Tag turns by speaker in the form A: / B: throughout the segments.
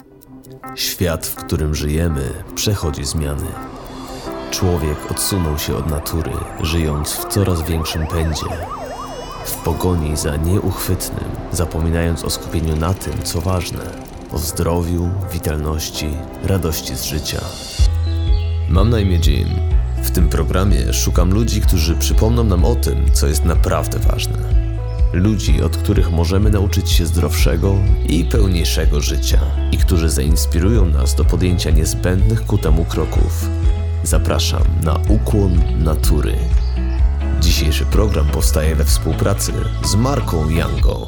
A: Świat, w którym żyjemy, przechodzi zmiany. Człowiek odsunął się od natury, żyjąc w coraz większym pędzie. W pogoni za nieuchwytnym, zapominając o skupieniu na tym, co ważne, o zdrowiu, witalności, radości z życia. Mam na imię Jim. W tym programie szukam ludzi, którzy przypomną nam o tym, co jest naprawdę ważne. Ludzi, od których możemy nauczyć się zdrowszego i pełniejszego życia i którzy zainspirują nas do podjęcia niezbędnych ku temu kroków. Zapraszam na Ukłon Natury. Dzisiejszy program powstaje we współpracy z marką Yango.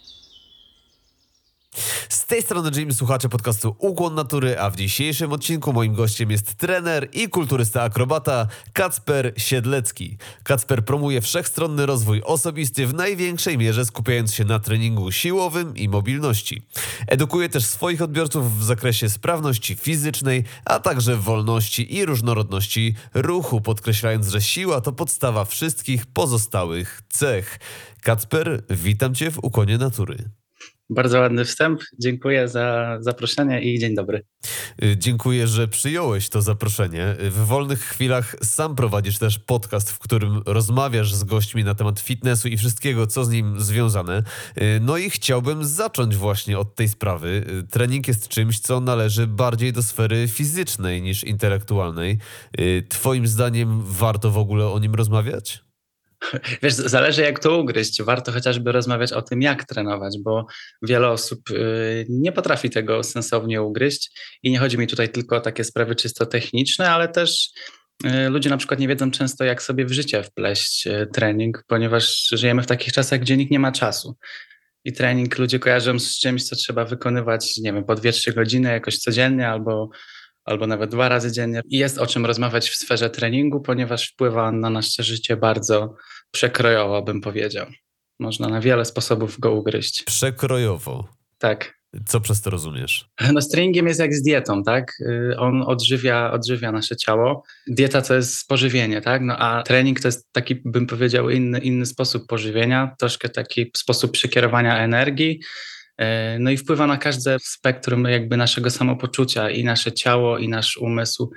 B: Z tej strony Jim, słuchacze podcastu Ukłon Natury, a w dzisiejszym odcinku moim gościem jest trener i kulturysta akrobata Kacper Siedlecki. Kacper promuje wszechstronny rozwój osobisty, w największej mierze skupiając się na treningu siłowym i mobilności. Edukuje też swoich odbiorców w zakresie sprawności fizycznej, a także wolności i różnorodności ruchu, podkreślając, że siła to podstawa wszystkich pozostałych cech. Kacper, witam Cię w Ukłonie Natury.
C: Bardzo ładny wstęp. Dziękuję za zaproszenie i dzień dobry.
B: Dziękuję, że przyjąłeś to zaproszenie. W wolnych chwilach sam prowadzisz też podcast, w którym rozmawiasz z gośćmi na temat fitnessu i wszystkiego, co z nim związane. No i chciałbym zacząć właśnie od tej sprawy. Trening jest czymś, co należy bardziej do sfery fizycznej niż intelektualnej. Twoim zdaniem warto w ogóle o nim rozmawiać?
C: Wiesz, zależy jak to ugryźć. Warto chociażby rozmawiać o tym, jak trenować, bo wiele osób nie potrafi tego sensownie ugryźć i nie chodzi mi tutaj tylko o takie sprawy czysto techniczne, ale też ludzie na przykład nie wiedzą często, jak sobie w życie wpleść trening, ponieważ żyjemy w takich czasach, gdzie nikt nie ma czasu. I trening ludzie kojarzą z czymś, co trzeba wykonywać, nie wiem, po 2-3 godziny jakoś codziennie albo nawet 2 razy dziennie. I jest o czym rozmawiać w sferze treningu, ponieważ wpływa on na nasze życie bardzo przekrojowo, bym powiedział. Można na wiele sposobów go ugryźć.
B: Przekrojowo.
C: Tak.
B: Co przez to rozumiesz?
C: No z treningiem jest jak z dietą, tak? On odżywia nasze ciało. Dieta to jest pożywienie, tak? No a trening to jest taki, bym powiedział, inny sposób pożywienia, troszkę taki sposób przekierowania energii. No i wpływa na każde spektrum jakby naszego samopoczucia i nasze ciało, i nasz umysł,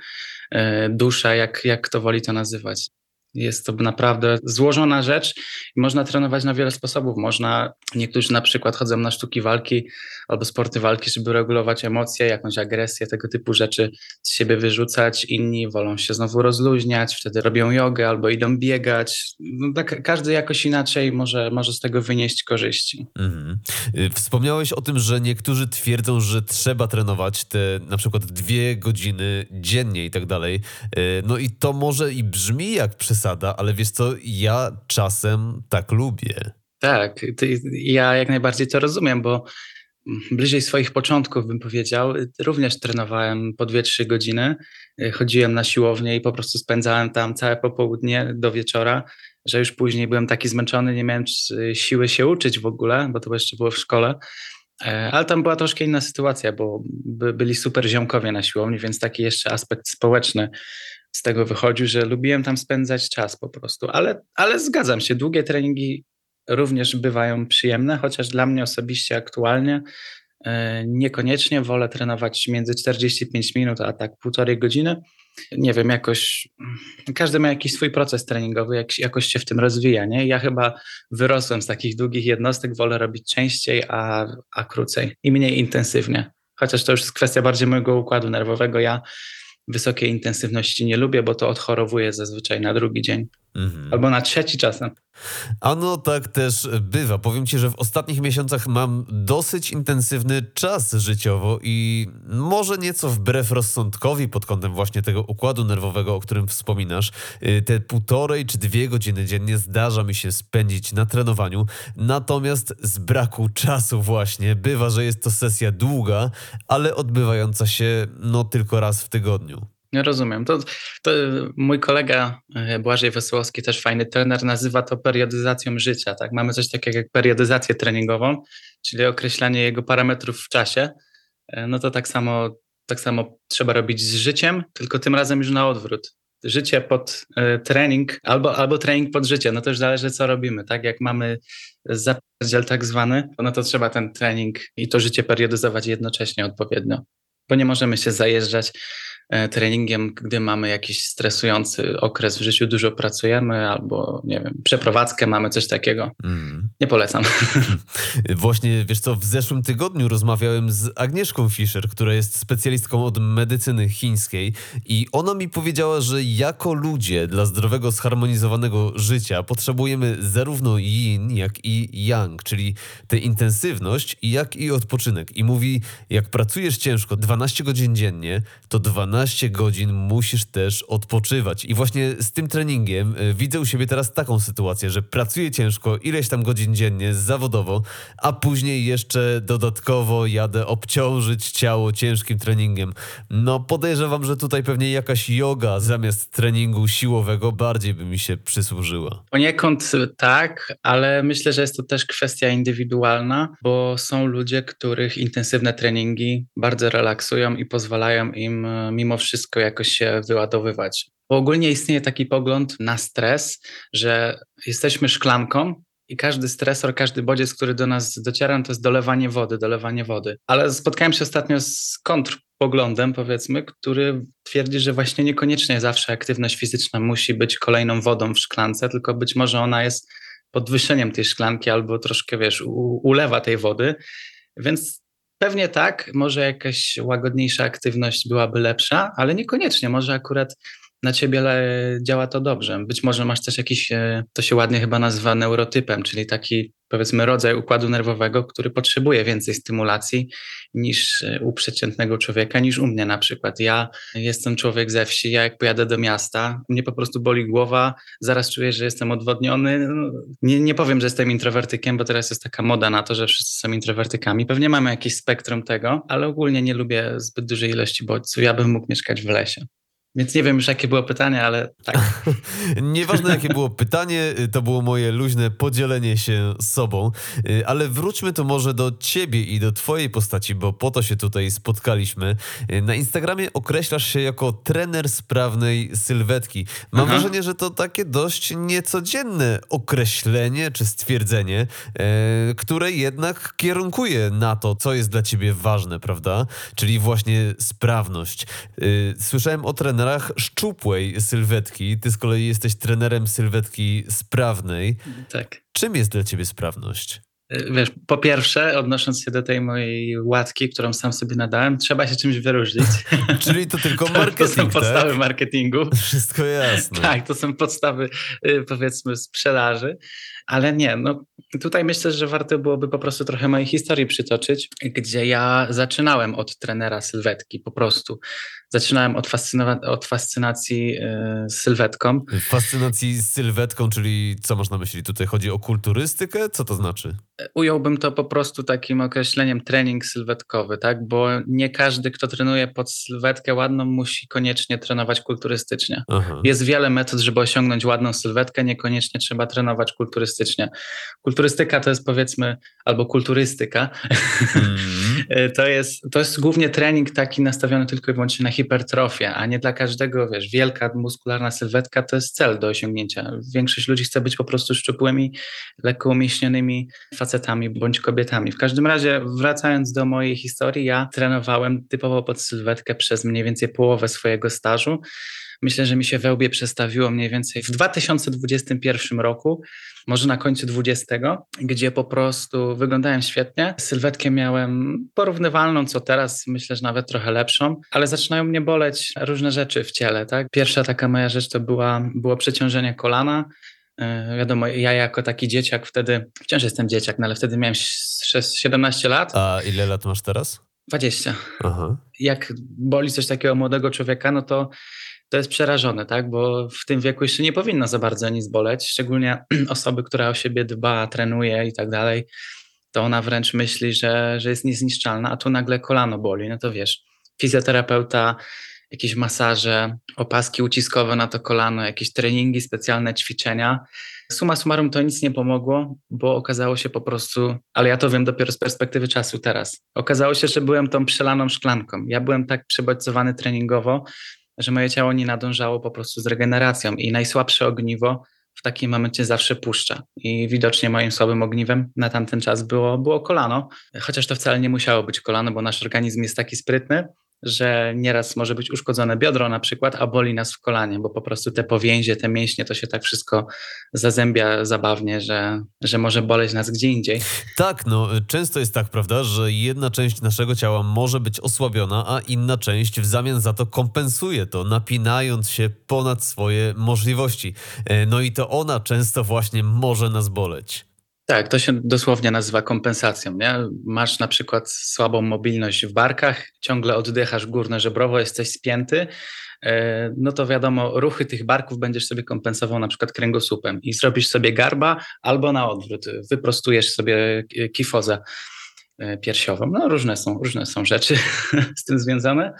C: dusza, jak kto woli to nazywać. Jest to naprawdę złożona rzecz i można trenować na wiele sposobów. Niektórzy na przykład chodzą na sztuki walki albo sporty walki, żeby regulować emocje, jakąś agresję, tego typu rzeczy z siebie wyrzucać. Inni wolą się znowu rozluźniać, wtedy robią jogę albo idą biegać. No tak, każdy jakoś inaczej może z tego wynieść korzyści.
B: Mhm. Wspomniałeś o tym, że niektórzy twierdzą, że trzeba trenować te na przykład 2 godziny dziennie i tak dalej. No i to może i brzmi jak przesada, ale wiesz co, ja czasem tak lubię.
C: Tak, ja jak najbardziej to rozumiem, bo bliżej swoich początków, bym powiedział, również trenowałem po 2-3 godziny. Chodziłem na siłownię i po prostu spędzałem tam całe popołudnie do wieczora, że już później byłem taki zmęczony, nie miałem siły się uczyć w ogóle, bo to jeszcze było w szkole. Ale tam była troszkę inna sytuacja, bo byli super ziomkowie na siłowni, więc taki jeszcze aspekt społeczny z tego wychodził, że lubiłem tam spędzać czas po prostu. Ale zgadzam się, długie treningi również bywają przyjemne, chociaż dla mnie osobiście aktualnie niekoniecznie wolę trenować między 45 minut, a tak 1,5 godziny. Nie wiem, jakoś każdy ma jakiś swój proces treningowy, jakoś się w tym rozwija, nie? Ja chyba wyrosłem z takich długich jednostek, wolę robić częściej, a krócej i mniej intensywnie. Chociaż to już jest kwestia bardziej mojego układu nerwowego. Ja wysokiej intensywności nie lubię, bo to odchorowuje zazwyczaj na drugi dzień. Albo na 3 czasem.
B: A no tak też bywa. Powiem ci, że w ostatnich miesiącach mam dosyć intensywny czas życiowo i może nieco wbrew rozsądkowi pod kątem właśnie tego układu nerwowego, o którym wspominasz, te 1,5 czy 2 godziny dziennie zdarza mi się spędzić na trenowaniu. Natomiast z braku czasu właśnie bywa, że jest to sesja długa, ale odbywająca się no tylko raz w tygodniu.
C: Nie rozumiem. To mój kolega Błażej Wesołowski, też fajny trener, nazywa to periodyzacją życia. Tak? Mamy coś takiego jak periodyzację treningową, czyli określanie jego parametrów w czasie. No to tak samo trzeba robić z życiem, tylko tym razem już na odwrót. życie pod trening albo trening pod życie. No to już zależy, co robimy, tak? Jak mamy zapierdziel tak zwany, no to trzeba ten trening i to życie periodyzować jednocześnie odpowiednio. Bo nie możemy się zajeżdżać treningiem, gdy mamy jakiś stresujący okres w życiu, dużo pracujemy albo, nie wiem, przeprowadzkę mamy, coś takiego. Nie polecam.
B: Właśnie, wiesz co, w zeszłym tygodniu rozmawiałem z Agnieszką Fischer, która jest specjalistką od medycyny chińskiej i ona mi powiedziała, że jako ludzie dla zdrowego, zharmonizowanego życia potrzebujemy zarówno yin, jak i yang, czyli tę intensywność, jak i odpoczynek. I mówi, jak pracujesz ciężko 12 godzin dziennie, to 12 godzin musisz też odpoczywać. I właśnie z tym treningiem widzę u siebie teraz taką sytuację, że pracuję ciężko, ileś tam godzin dziennie, zawodowo, a później jeszcze dodatkowo jadę obciążyć ciało ciężkim treningiem. No podejrzewam, że tutaj pewnie jakaś joga zamiast treningu siłowego bardziej by mi się przysłużyła.
C: Poniekąd tak, ale myślę, że jest to też kwestia indywidualna, bo są ludzie, których intensywne treningi bardzo relaksują i pozwalają im mimo wszystko jakoś się wyładowywać. Bo ogólnie istnieje taki pogląd na stres, że jesteśmy szklanką i każdy stresor, każdy bodziec, który do nas dociera, no to jest dolewanie wody. Ale spotkałem się ostatnio z kontrpoglądem, powiedzmy, który twierdzi, że właśnie niekoniecznie zawsze aktywność fizyczna musi być kolejną wodą w szklance, tylko być może ona jest podwyższeniem tej szklanki albo troszkę, wiesz, ulewa tej wody. Więc pewnie tak, może jakaś łagodniejsza aktywność byłaby lepsza, ale niekoniecznie, może akurat na ciebie działa to dobrze. Być może masz też jakiś, to się ładnie chyba nazywa neurotypem, czyli taki, powiedzmy, rodzaj układu nerwowego, który potrzebuje więcej stymulacji niż u przeciętnego człowieka, niż u mnie na przykład. Ja jestem człowiek ze wsi, ja jak pojadę do miasta, mnie po prostu boli głowa, zaraz czuję, że jestem odwodniony. Nie powiem, że jestem introwertykiem, bo teraz jest taka moda na to, że wszyscy są introwertykami. Pewnie mamy jakieś spektrum tego, ale ogólnie nie lubię zbyt dużej ilości bodźców. Ja bym mógł mieszkać w lesie. Więc nie wiem już, jakie było pytanie, ale tak.
B: Nieważne, jakie było pytanie, to było moje luźne podzielenie się sobą. Ale wróćmy to może do ciebie i do twojej postaci, bo po to się tutaj spotkaliśmy. Na Instagramie określasz się jako trener sprawnej sylwetki. Mam wrażenie, że to takie dość niecodzienne określenie czy stwierdzenie, które jednak kierunkuje na to, co jest dla ciebie ważne, prawda? Czyli właśnie sprawność. Słyszałem o trenerach szczupłej sylwetki. Ty z kolei jesteś trenerem sylwetki sprawnej.
C: Tak.
B: Czym jest dla ciebie sprawność?
C: Wiesz, po pierwsze, odnosząc się do tej mojej łatki, którą sam sobie nadałem, trzeba się czymś wyróżnić.
B: Czyli to tylko marketing,
C: To są podstawy
B: tak?
C: marketingu.
B: Wszystko jasne.
C: Tak, to są podstawy, powiedzmy, sprzedaży. Ale nie, no tutaj myślę, że warto byłoby po prostu trochę mojej historii przytoczyć, gdzie ja zaczynałem od trenera sylwetki, po prostu. Zaczynałem od fascynacji sylwetką.
B: Fascynacji sylwetką, czyli co masz na myśli? Tutaj chodzi o kulturystykę? Co to znaczy?
C: Ująłbym to po prostu takim określeniem trening sylwetkowy, tak? Bo nie każdy, kto trenuje pod sylwetkę ładną, musi koniecznie trenować kulturystycznie.
B: Aha.
C: Jest wiele metod, żeby osiągnąć ładną sylwetkę, niekoniecznie trzeba trenować kulturystycznie. Kulturystyka to jest, powiedzmy, albo kulturystyka, to jest głównie trening taki nastawiony tylko i wyłącznie na hipertrofię, a nie dla każdego, wiesz, wielka muskularna sylwetka to jest cel do osiągnięcia. Większość ludzi chce być po prostu szczupłymi, lekko umieśnionymi facetami bądź kobietami. W każdym razie, wracając do mojej historii, ja trenowałem typowo pod sylwetkę przez mniej więcej połowę swojego stażu. Myślę, że mi się we łbie przestawiło mniej więcej w 2021 roku, może na końcu 2020, gdzie po prostu wyglądałem świetnie. Sylwetkę miałem porównywalną, co teraz, myślę, że nawet trochę lepszą, ale zaczynają mnie boleć różne rzeczy w ciele, tak? Pierwsza taka moja rzecz to było przeciążenie kolana. Wiadomo, ja jako taki dzieciak wtedy, wciąż jestem dzieciak, no ale wtedy miałem 17 lat.
B: A ile lat masz teraz?
C: 20.
B: Aha.
C: Jak boli coś takiego młodego człowieka, no to jest przerażone, tak? Bo w tym wieku jeszcze nie powinno za bardzo nic boleć, szczególnie osoby, która o siebie dba, trenuje i tak dalej, to ona wręcz myśli, że jest niezniszczalna, a tu nagle kolano boli, no to wiesz, fizjoterapeuta, jakieś masaże, opaski uciskowe na to kolano, jakieś treningi, specjalne ćwiczenia. Summa summarum to nic nie pomogło, bo okazało się po prostu, ale ja to wiem dopiero z perspektywy czasu teraz, okazało się, że byłem tą przelaną szklanką. Ja byłem tak przebodźcowany treningowo, że moje ciało nie nadążało po prostu z regeneracją i najsłabsze ogniwo w takim momencie zawsze puszcza. I widocznie moim słabym ogniwem na tamten czas było kolano, chociaż to wcale nie musiało być kolano, bo nasz organizm jest taki sprytny, że nieraz może być uszkodzone biodro na przykład, a boli nas w kolanie, bo po prostu te powięzie, te mięśnie, to się tak wszystko zazębia zabawnie, że może boleć nas gdzie indziej.
B: Tak, no często jest tak, prawda, że jedna część naszego ciała może być osłabiona, a inna część w zamian za to kompensuje to, napinając się ponad swoje możliwości. No i to ona często właśnie może nas boleć.
C: Tak, to się dosłownie nazywa kompensacją, nie? Masz na przykład słabą mobilność w barkach, ciągle oddychasz górne żebrowo, jesteś spięty, no to wiadomo, ruchy tych barków będziesz sobie kompensował na przykład kręgosłupem i zrobisz sobie garba albo na odwrót, wyprostujesz sobie kifozę piersiową. No różne są rzeczy z tym związane.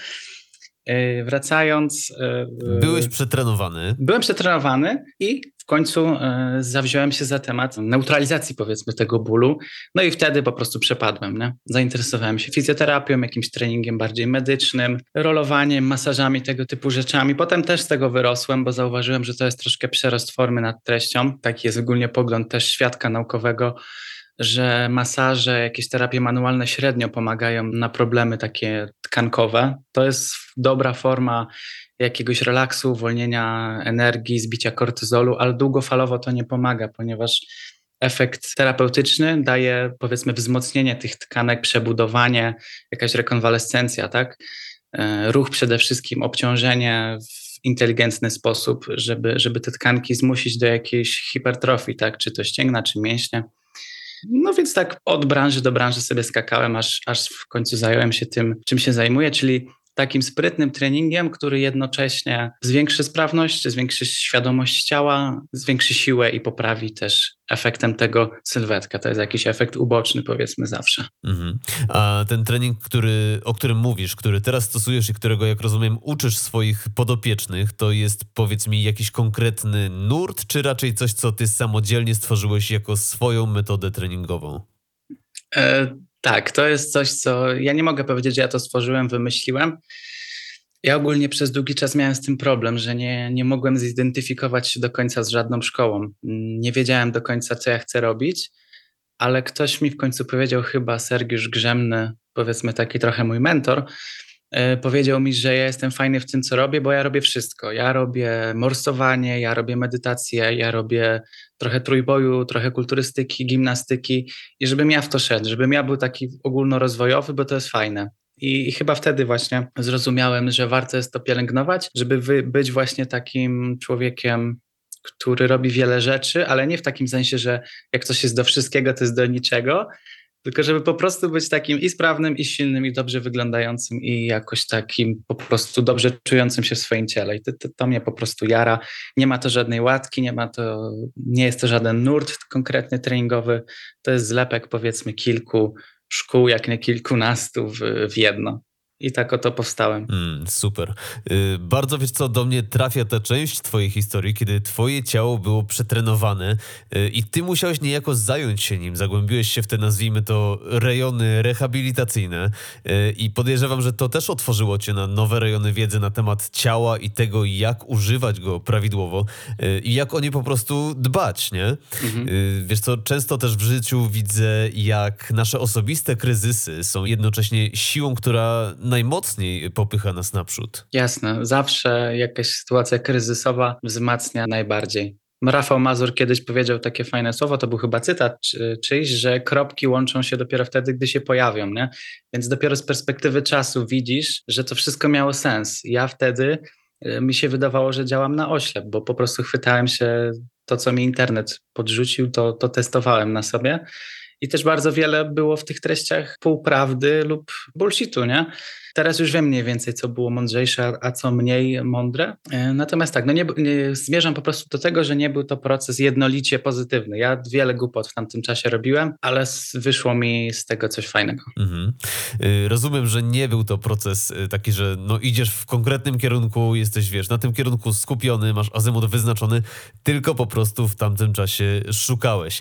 C: Wracając...
B: Byłeś przetrenowany.
C: Byłem przetrenowany i w końcu zawziąłem się za temat neutralizacji, powiedzmy, tego bólu. No i wtedy po prostu przepadłem, nie? Zainteresowałem się fizjoterapią, jakimś treningiem bardziej medycznym, rolowaniem, masażami, tego typu rzeczami. Potem też z tego wyrosłem, bo zauważyłem, że to jest troszkę przerost formy nad treścią. Taki jest ogólnie pogląd też świadka naukowego, że masaże, jakieś terapie manualne średnio pomagają na problemy takie tkankowe. To jest dobra forma jakiegoś relaksu, uwolnienia energii, zbicia kortyzolu, ale długofalowo to nie pomaga, ponieważ efekt terapeutyczny daje, powiedzmy, wzmocnienie tych tkanek, przebudowanie, jakaś rekonwalescencja, tak? Ruch przede wszystkim, obciążenie w inteligentny sposób, żeby te tkanki zmusić do jakiejś hipertrofii, tak? Czy to ścięgna, czy mięśnie. No więc tak od branży do branży sobie skakałem, aż w końcu zająłem się tym, czym się zajmuję, czyli takim sprytnym treningiem, który jednocześnie zwiększy sprawność, zwiększy świadomość ciała, zwiększy siłę i poprawi też efektem tego sylwetkę. To jest jakiś efekt uboczny, powiedzmy, zawsze.
B: Mhm. A ten trening, o którym mówisz, który teraz stosujesz i którego, jak rozumiem, uczysz swoich podopiecznych, to jest, powiedz mi, jakiś konkretny nurt, czy raczej coś, co ty samodzielnie stworzyłeś jako swoją metodę treningową?
C: Tak, to jest coś, co ja nie mogę powiedzieć, że ja to stworzyłem, wymyśliłem. Ja ogólnie przez długi czas miałem z tym problem, że nie mogłem zidentyfikować się do końca z żadną szkołą. Nie wiedziałem do końca, co ja chcę robić, ale ktoś mi w końcu powiedział, chyba Sergiusz Grzemny, powiedzmy taki trochę mój mentor, powiedział mi, że ja jestem fajny w tym, co robię, bo ja robię wszystko. Ja robię morsowanie, ja robię medytację, ja robię trochę trójboju, trochę kulturystyki, gimnastyki i żebym ja w to szedł, żebym ja był taki ogólnorozwojowy, bo to jest fajne. I chyba wtedy właśnie zrozumiałem, że warto jest to pielęgnować, żeby być właśnie takim człowiekiem, który robi wiele rzeczy, ale nie w takim sensie, że jak coś jest do wszystkiego, to jest do niczego, tylko żeby po prostu być takim i sprawnym, i silnym, i dobrze wyglądającym, i jakoś takim po prostu dobrze czującym się w swoim ciele. I to mnie po prostu jara. Nie ma to żadnej łatki, nie jest to żaden nurt konkretny treningowy. To jest zlepek, powiedzmy, kilku szkół, jak nie kilkunastu w jedno. I tak oto powstałem.
B: Super. Bardzo, wiesz co, do mnie trafia ta część twojej historii, kiedy twoje ciało było przetrenowane i ty musiałeś niejako zająć się nim. Zagłębiłeś się w te, nazwijmy to, rejony rehabilitacyjne i podejrzewam, że to też otworzyło cię na nowe rejony wiedzy na temat ciała i tego, jak używać go prawidłowo i jak o nie po prostu dbać, nie? Wiesz co, często też w życiu widzę, jak nasze osobiste kryzysy są jednocześnie siłą, która najmocniej popycha nas naprzód.
C: Jasne, zawsze jakaś sytuacja kryzysowa wzmacnia najbardziej. Rafał Mazur kiedyś powiedział takie fajne słowo, to był chyba cytat czyjś, że kropki łączą się dopiero wtedy, gdy się pojawią, nie? Więc dopiero z perspektywy czasu widzisz, że to wszystko miało sens. Ja wtedy mi się wydawało, że działam na oślep, bo po prostu chwytałem się to, co mi internet podrzucił, to testowałem na sobie. I też bardzo wiele było w tych treściach półprawdy lub bullshitu, nie? Teraz już wiem mniej więcej, co było mądrzejsze, a co mniej mądre. Natomiast tak, nie zmierzam po prostu do tego, że nie był to proces jednolicie pozytywny. Ja wiele głupot w tamtym czasie robiłem, ale wyszło mi z tego coś fajnego.
B: Rozumiem, że nie był to proces taki, że idziesz w konkretnym kierunku, jesteś, wiesz, na tym kierunku skupiony, masz azymut wyznaczony, tylko po prostu w tamtym czasie szukałeś.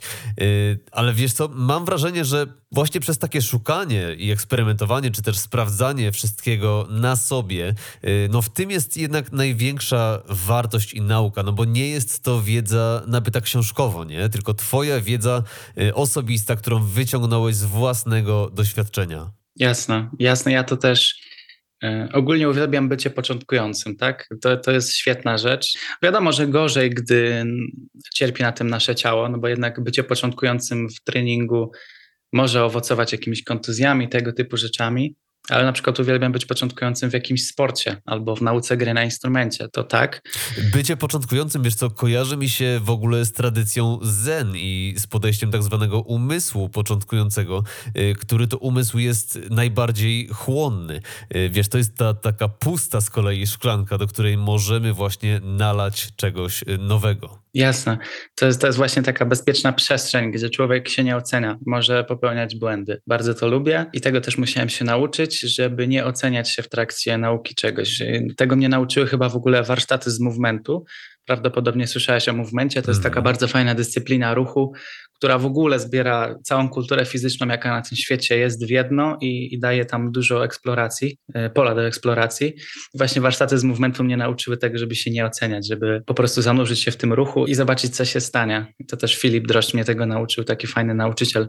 B: Ale wiesz co, mam wrażenie, że właśnie przez takie szukanie i eksperymentowanie, czy też sprawdzanie wszystkiego na sobie. No w tym jest jednak największa wartość i nauka, no bo nie jest to wiedza nabyta książkowo, nie? Tylko twoja wiedza osobista, którą wyciągnąłeś z własnego doświadczenia.
C: Jasne, jasne. Ja to też ogólnie uwielbiam bycie początkującym, tak? To jest świetna rzecz. Wiadomo, że gorzej, gdy cierpi na tym nasze ciało, no bo jednak bycie początkującym w treningu może owocować jakimiś kontuzjami, tego typu rzeczami, ale na przykład uwielbiam być początkującym w jakimś sporcie albo w nauce gry na instrumencie, to tak.
B: Bycie początkującym, wiesz co, kojarzy mi się w ogóle z tradycją zen i z podejściem tak zwanego umysłu początkującego, który to umysł jest najbardziej chłonny. Wiesz, to jest ta taka pusta z kolei szklanka, do której możemy właśnie nalać czegoś nowego.
C: Jasne. To jest właśnie taka bezpieczna przestrzeń, gdzie człowiek się nie ocenia, może popełniać błędy. Bardzo to lubię i tego też musiałem się nauczyć, żeby nie oceniać się w trakcie nauki czegoś. Tego mnie nauczyły chyba w ogóle warsztaty z movementu. Prawdopodobnie słyszałeś o movemencie. To jest taka bardzo fajna dyscyplina ruchu, która w ogóle zbiera całą kulturę fizyczną, jaka na tym świecie jest w jedno i daje tam dużo eksploracji, pola do eksploracji. Właśnie warsztaty z movementu mnie nauczyły tego, żeby się nie oceniać, żeby po prostu zanurzyć się w tym ruchu i zobaczyć, co się stanie. To też Filip Droszcz mnie tego nauczył, taki fajny nauczyciel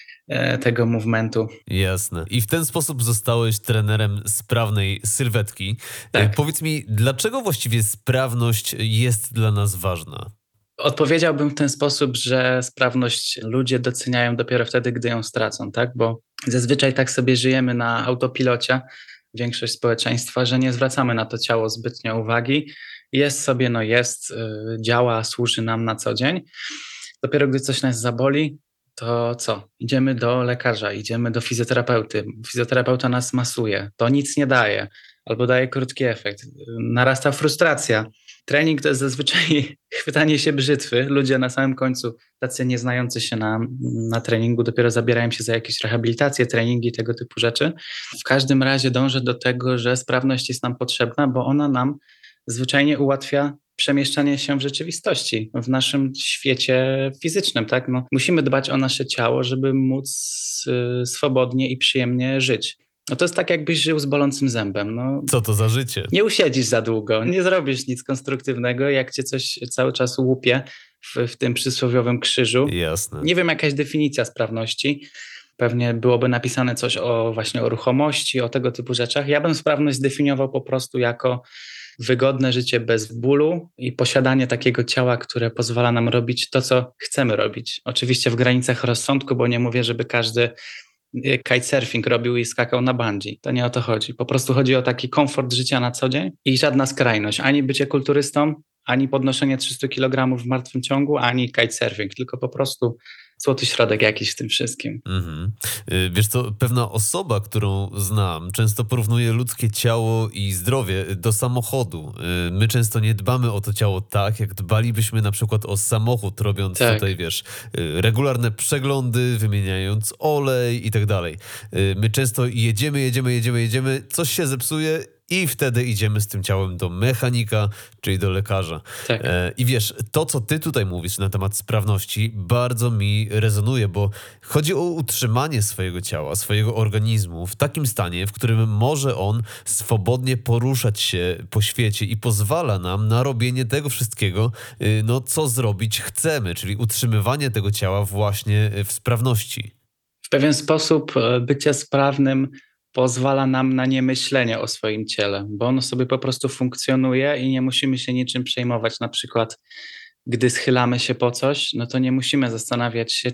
C: tego movementu.
B: Jasne. I w ten sposób zostałeś trenerem sprawnej sylwetki.
C: Tak.
B: Powiedz mi, dlaczego właściwie sprawność jest dla nas ważna?
C: Odpowiedziałbym w ten sposób, że sprawność ludzie doceniają dopiero wtedy, gdy ją stracą, tak? Bo zazwyczaj tak sobie żyjemy na autopilocie, większość społeczeństwa, że nie zwracamy na to ciało zbytnio uwagi. Jest sobie, no jest, działa, służy nam na co dzień. Dopiero gdy coś nas zaboli, to co? Idziemy do lekarza, idziemy do fizjoterapeuty. Fizjoterapeuta nas masuje. To nic nie daje albo daje krótki efekt. Narasta frustracja. Trening to jest zazwyczaj chwytanie się brzytwy. Ludzie na samym końcu, tacy nieznający się na treningu, dopiero zabierają się za jakieś rehabilitacje, treningi, tego typu rzeczy. W każdym razie dążę do tego, że sprawność jest nam potrzebna, bo ona nam zwyczajnie ułatwia przemieszczanie się w rzeczywistości, w naszym świecie fizycznym. Tak? No, musimy dbać o nasze ciało, żeby móc swobodnie i przyjemnie żyć. No to jest tak, jakbyś żył z bolącym zębem. No,
B: Co to za życie?
C: nie usiedzisz za długo, nie zrobisz nic konstruktywnego, jak cię coś cały czas łupie w tym przysłowiowym krzyżu.
B: Jasne.
C: Nie wiem, jakaś definicja sprawności. Pewnie byłoby napisane coś właśnie o ruchomości, o tego typu rzeczach. Ja bym sprawność zdefiniował po prostu jako wygodne życie bez bólu i posiadanie takiego ciała, które pozwala nam robić to, co chcemy robić. Oczywiście w granicach rozsądku, bo nie mówię, żeby każdy kitesurfing robił i skakał na bungee. To nie o to chodzi. Po prostu chodzi o taki komfort życia na co dzień i żadna skrajność. Ani bycie kulturystą, ani podnoszenie 300 kg w martwym ciągu, ani kitesurfing. Tylko po prostu złoty środek jakiś w tym wszystkim.
B: Wiesz co, pewna osoba, którą znam, często porównuje ludzkie ciało i zdrowie do samochodu. My często nie dbamy o to ciało tak, jak dbalibyśmy na przykład o samochód, robiąc tutaj, wiesz, regularne przeglądy, wymieniając olej i tak dalej. My często jedziemy, coś się zepsuje i wtedy idziemy z tym ciałem do mechanika, czyli do lekarza.
C: Tak.
B: I wiesz, to co ty tutaj mówisz na temat sprawności bardzo mi rezonuje, bo chodzi o utrzymanie swojego ciała, swojego organizmu w takim stanie, w którym może on swobodnie poruszać się po świecie i pozwala nam na robienie tego wszystkiego, no co zrobić chcemy, czyli utrzymywanie tego ciała właśnie w sprawności.
C: W pewien sposób bycie sprawnym pozwala nam na niemyślenie o swoim ciele, bo ono sobie po prostu funkcjonuje i nie musimy się niczym przejmować. Na przykład, gdy schylamy się po coś, no to nie musimy zastanawiać się,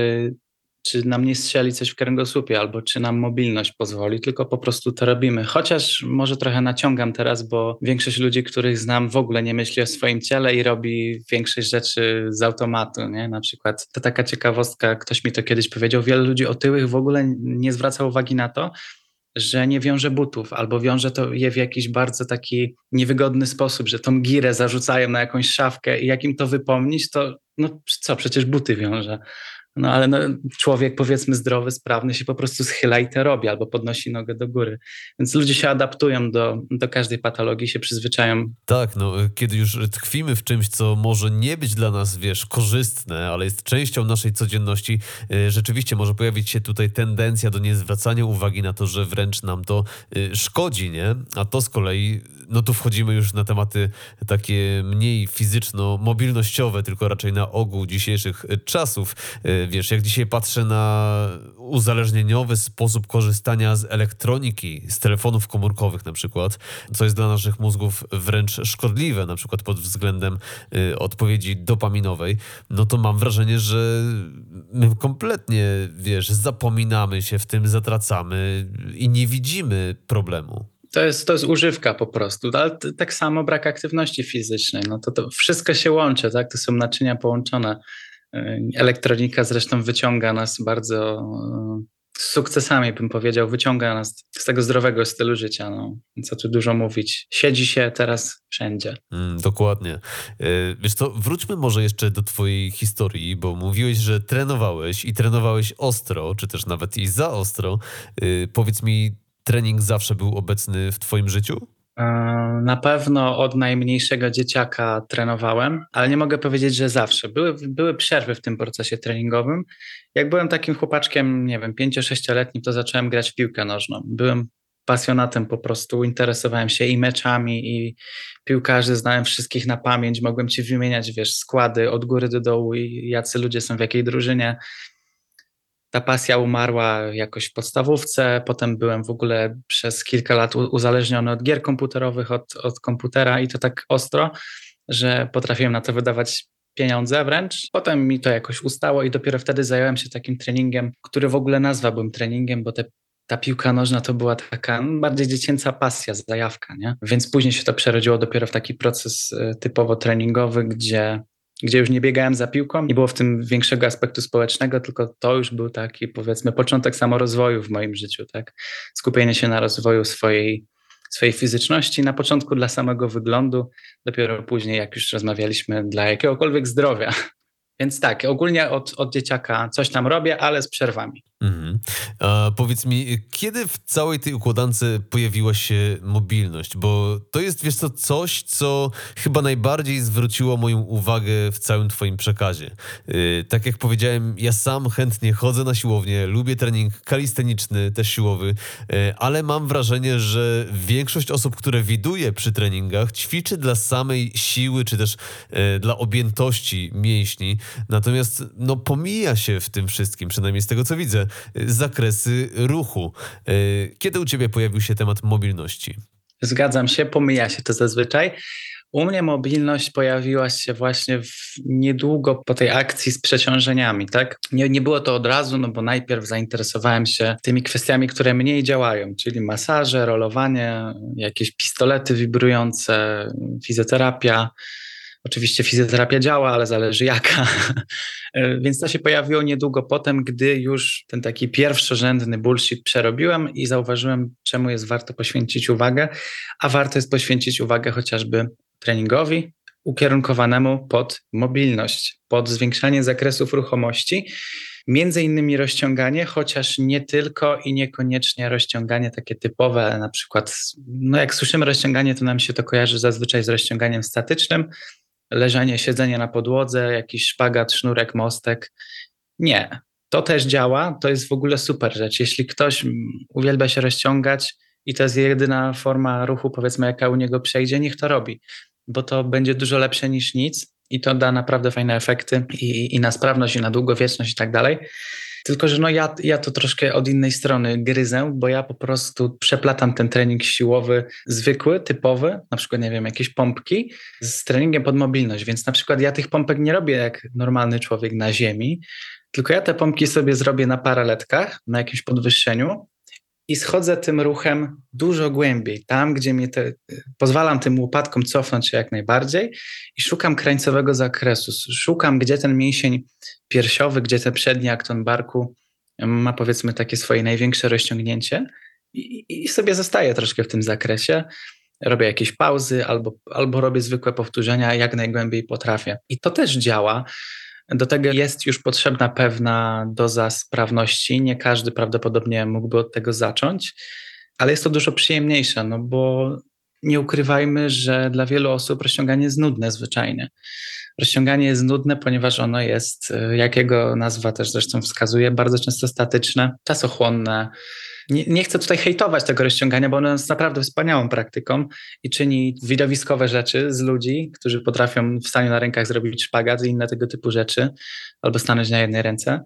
C: czy nam nie strzeli coś w kręgosłupie, albo czy nam mobilność pozwoli, tylko po prostu to robimy. Chociaż może trochę naciągam teraz, bo większość ludzi, których znam, w ogóle nie myśli o swoim ciele i robi większość rzeczy z automatu, nie? Na przykład to taka ciekawostka, ktoś mi to kiedyś powiedział, wiele ludzi otyłych w ogóle nie zwraca uwagi na to, że nie wiąże butów, albo wiąże to je w jakiś bardzo taki niewygodny sposób, że tą girę zarzucają na jakąś szafkę i jak im to wypomnieć, to no co, przecież buty wiąże. No ale człowiek, powiedzmy, zdrowy, sprawny się po prostu schyla i to robi, albo podnosi nogę do góry. Więc ludzie się adaptują do każdej patologii, się przyzwyczają.
B: Tak, no kiedy już tkwimy w czymś, co może nie być dla nas, korzystne, ale jest częścią naszej codzienności, rzeczywiście może pojawić się tutaj tendencja do niezwracania uwagi na to, że wręcz nam to szkodzi, nie? A to z kolei, no tu wchodzimy już na tematy takie mniej fizyczno-mobilnościowe, tylko raczej na ogół dzisiejszych czasów. Jak dzisiaj patrzę na uzależnieniowy sposób korzystania z elektroniki, z telefonów komórkowych na przykład, co jest dla naszych mózgów wręcz szkodliwe, na przykład pod względem odpowiedzi dopaminowej, no to mam wrażenie, że my kompletnie, zapominamy się w tym, zatracamy i nie widzimy problemu.
C: To jest używka po prostu, ale tak samo brak aktywności fizycznej. No to wszystko się łączy, tak? To są naczynia połączone. Elektronika zresztą wyciąga nas bardzo z sukcesami, bym powiedział, wyciąga nas z tego zdrowego stylu życia. No. Co tu dużo mówić. Siedzi się teraz wszędzie.
B: Dokładnie. Wróćmy może jeszcze do twojej historii, bo mówiłeś, że trenowałeś i trenowałeś ostro, czy też nawet i za ostro. Powiedz mi, trening zawsze był obecny w twoim życiu?
C: Na pewno od najmniejszego dzieciaka trenowałem, ale nie mogę powiedzieć, że zawsze. Były przerwy w tym procesie treningowym. Jak byłem takim chłopaczkiem, 5-6-letnim, to zacząłem grać w piłkę nożną. Byłem pasjonatem po prostu, interesowałem się i meczami, i piłkarzy, znałem wszystkich na pamięć, mogłem ci wymieniać, składy od góry do dołu i jacy ludzie są w jakiej drużynie. Ta pasja umarła jakoś w podstawówce, potem byłem w ogóle przez kilka lat uzależniony od gier komputerowych, od komputera i to tak ostro, że potrafiłem na to wydawać pieniądze wręcz. Potem mi to jakoś ustało i dopiero wtedy zająłem się takim treningiem, który w ogóle nazwałbym treningiem, bo ta piłka nożna to była taka bardziej dziecięca pasja, zajawka, nie? Więc później się to przerodziło dopiero w taki proces typowo treningowy, gdzie już nie biegałem za piłką, nie było w tym większego aspektu społecznego, tylko to już był taki, powiedzmy, początek samorozwoju w moim życiu, tak? Skupienie się na rozwoju swojej fizyczności, na początku dla samego wyglądu, dopiero później, jak już rozmawialiśmy, dla jakiegokolwiek zdrowia. Więc tak, ogólnie od dzieciaka coś tam robię, ale z przerwami.
B: A powiedz mi, kiedy w całej tej układance pojawiła się mobilność? Bo to jest, coś, co chyba najbardziej zwróciło moją uwagę w całym twoim przekazie. Tak jak powiedziałem, ja sam chętnie chodzę na siłownię, lubię trening kalisteniczny, też siłowy, ale mam wrażenie, że większość osób, które widuję przy treningach, ćwiczy dla samej siły, czy też dla objętości mięśni. Natomiast pomija się w tym wszystkim, przynajmniej z tego co widzę, zakresy ruchu. Kiedy u ciebie pojawił się temat mobilności?
C: Zgadzam się, pomija się to zazwyczaj. U mnie mobilność pojawiła się właśnie niedługo po tej akcji z przeciążeniami, tak? Nie było to od razu, bo najpierw zainteresowałem się tymi kwestiami, które mniej działają, czyli masaże, rolowanie, jakieś pistolety wibrujące, fizjoterapia. Oczywiście fizjoterapia działa, ale zależy jaka. Więc to się pojawiło niedługo potem, gdy już ten taki pierwszorzędny bullshit przerobiłem i zauważyłem, czemu jest warto poświęcić uwagę, a warto jest poświęcić uwagę chociażby treningowi ukierunkowanemu pod mobilność, pod zwiększanie zakresów ruchomości, między innymi rozciąganie, chociaż nie tylko i niekoniecznie rozciąganie takie typowe, na przykład, jak słyszymy rozciąganie, to nam się to kojarzy zazwyczaj z rozciąganiem statycznym, leżenie, siedzenie na podłodze, jakiś szpagat, sznurek, mostek. Nie, to też działa, to jest w ogóle super rzecz. Jeśli ktoś uwielbia się rozciągać i to jest jedyna forma ruchu, powiedzmy, jaka u niego przejdzie, niech to robi, bo to będzie dużo lepsze niż nic i to da naprawdę fajne efekty i na sprawność, i na długowieczność i tak dalej. Tylko że ja to troszkę od innej strony gryzę, bo ja po prostu przeplatam ten trening siłowy zwykły, typowy, na przykład, jakieś pompki z treningiem pod mobilność, więc na przykład ja tych pompek nie robię jak normalny człowiek na ziemi, tylko ja te pompki sobie zrobię na paraletkach, na jakimś podwyższeniu i schodzę tym ruchem dużo głębiej, tam gdzie pozwalam tym łopatkom cofnąć się jak najbardziej i szukam krańcowego zakresu, szukam gdzie ten mięsień piersiowy, gdzie ten przedni akton barku ma, powiedzmy, takie swoje największe rozciągnięcie i sobie zostaję troszkę w tym zakresie, robię jakieś pauzy albo robię zwykłe powtórzenia jak najgłębiej potrafię i to też działa. Do tego jest już potrzebna pewna doza sprawności. Nie każdy prawdopodobnie mógłby od tego zacząć, ale jest to dużo przyjemniejsze, no bo nie ukrywajmy, że dla wielu osób rozciąganie jest nudne zwyczajnie. Rozciąganie jest nudne, ponieważ ono jest, jak jego nazwa też zresztą wskazuje, bardzo często statyczne, czasochłonne. Nie chcę tutaj hejtować tego rozciągania, bo ono jest naprawdę wspaniałą praktyką i czyni widowiskowe rzeczy z ludzi, którzy potrafią w staniu na rękach zrobić szpagat i inne tego typu rzeczy, albo stanąć na jednej ręce.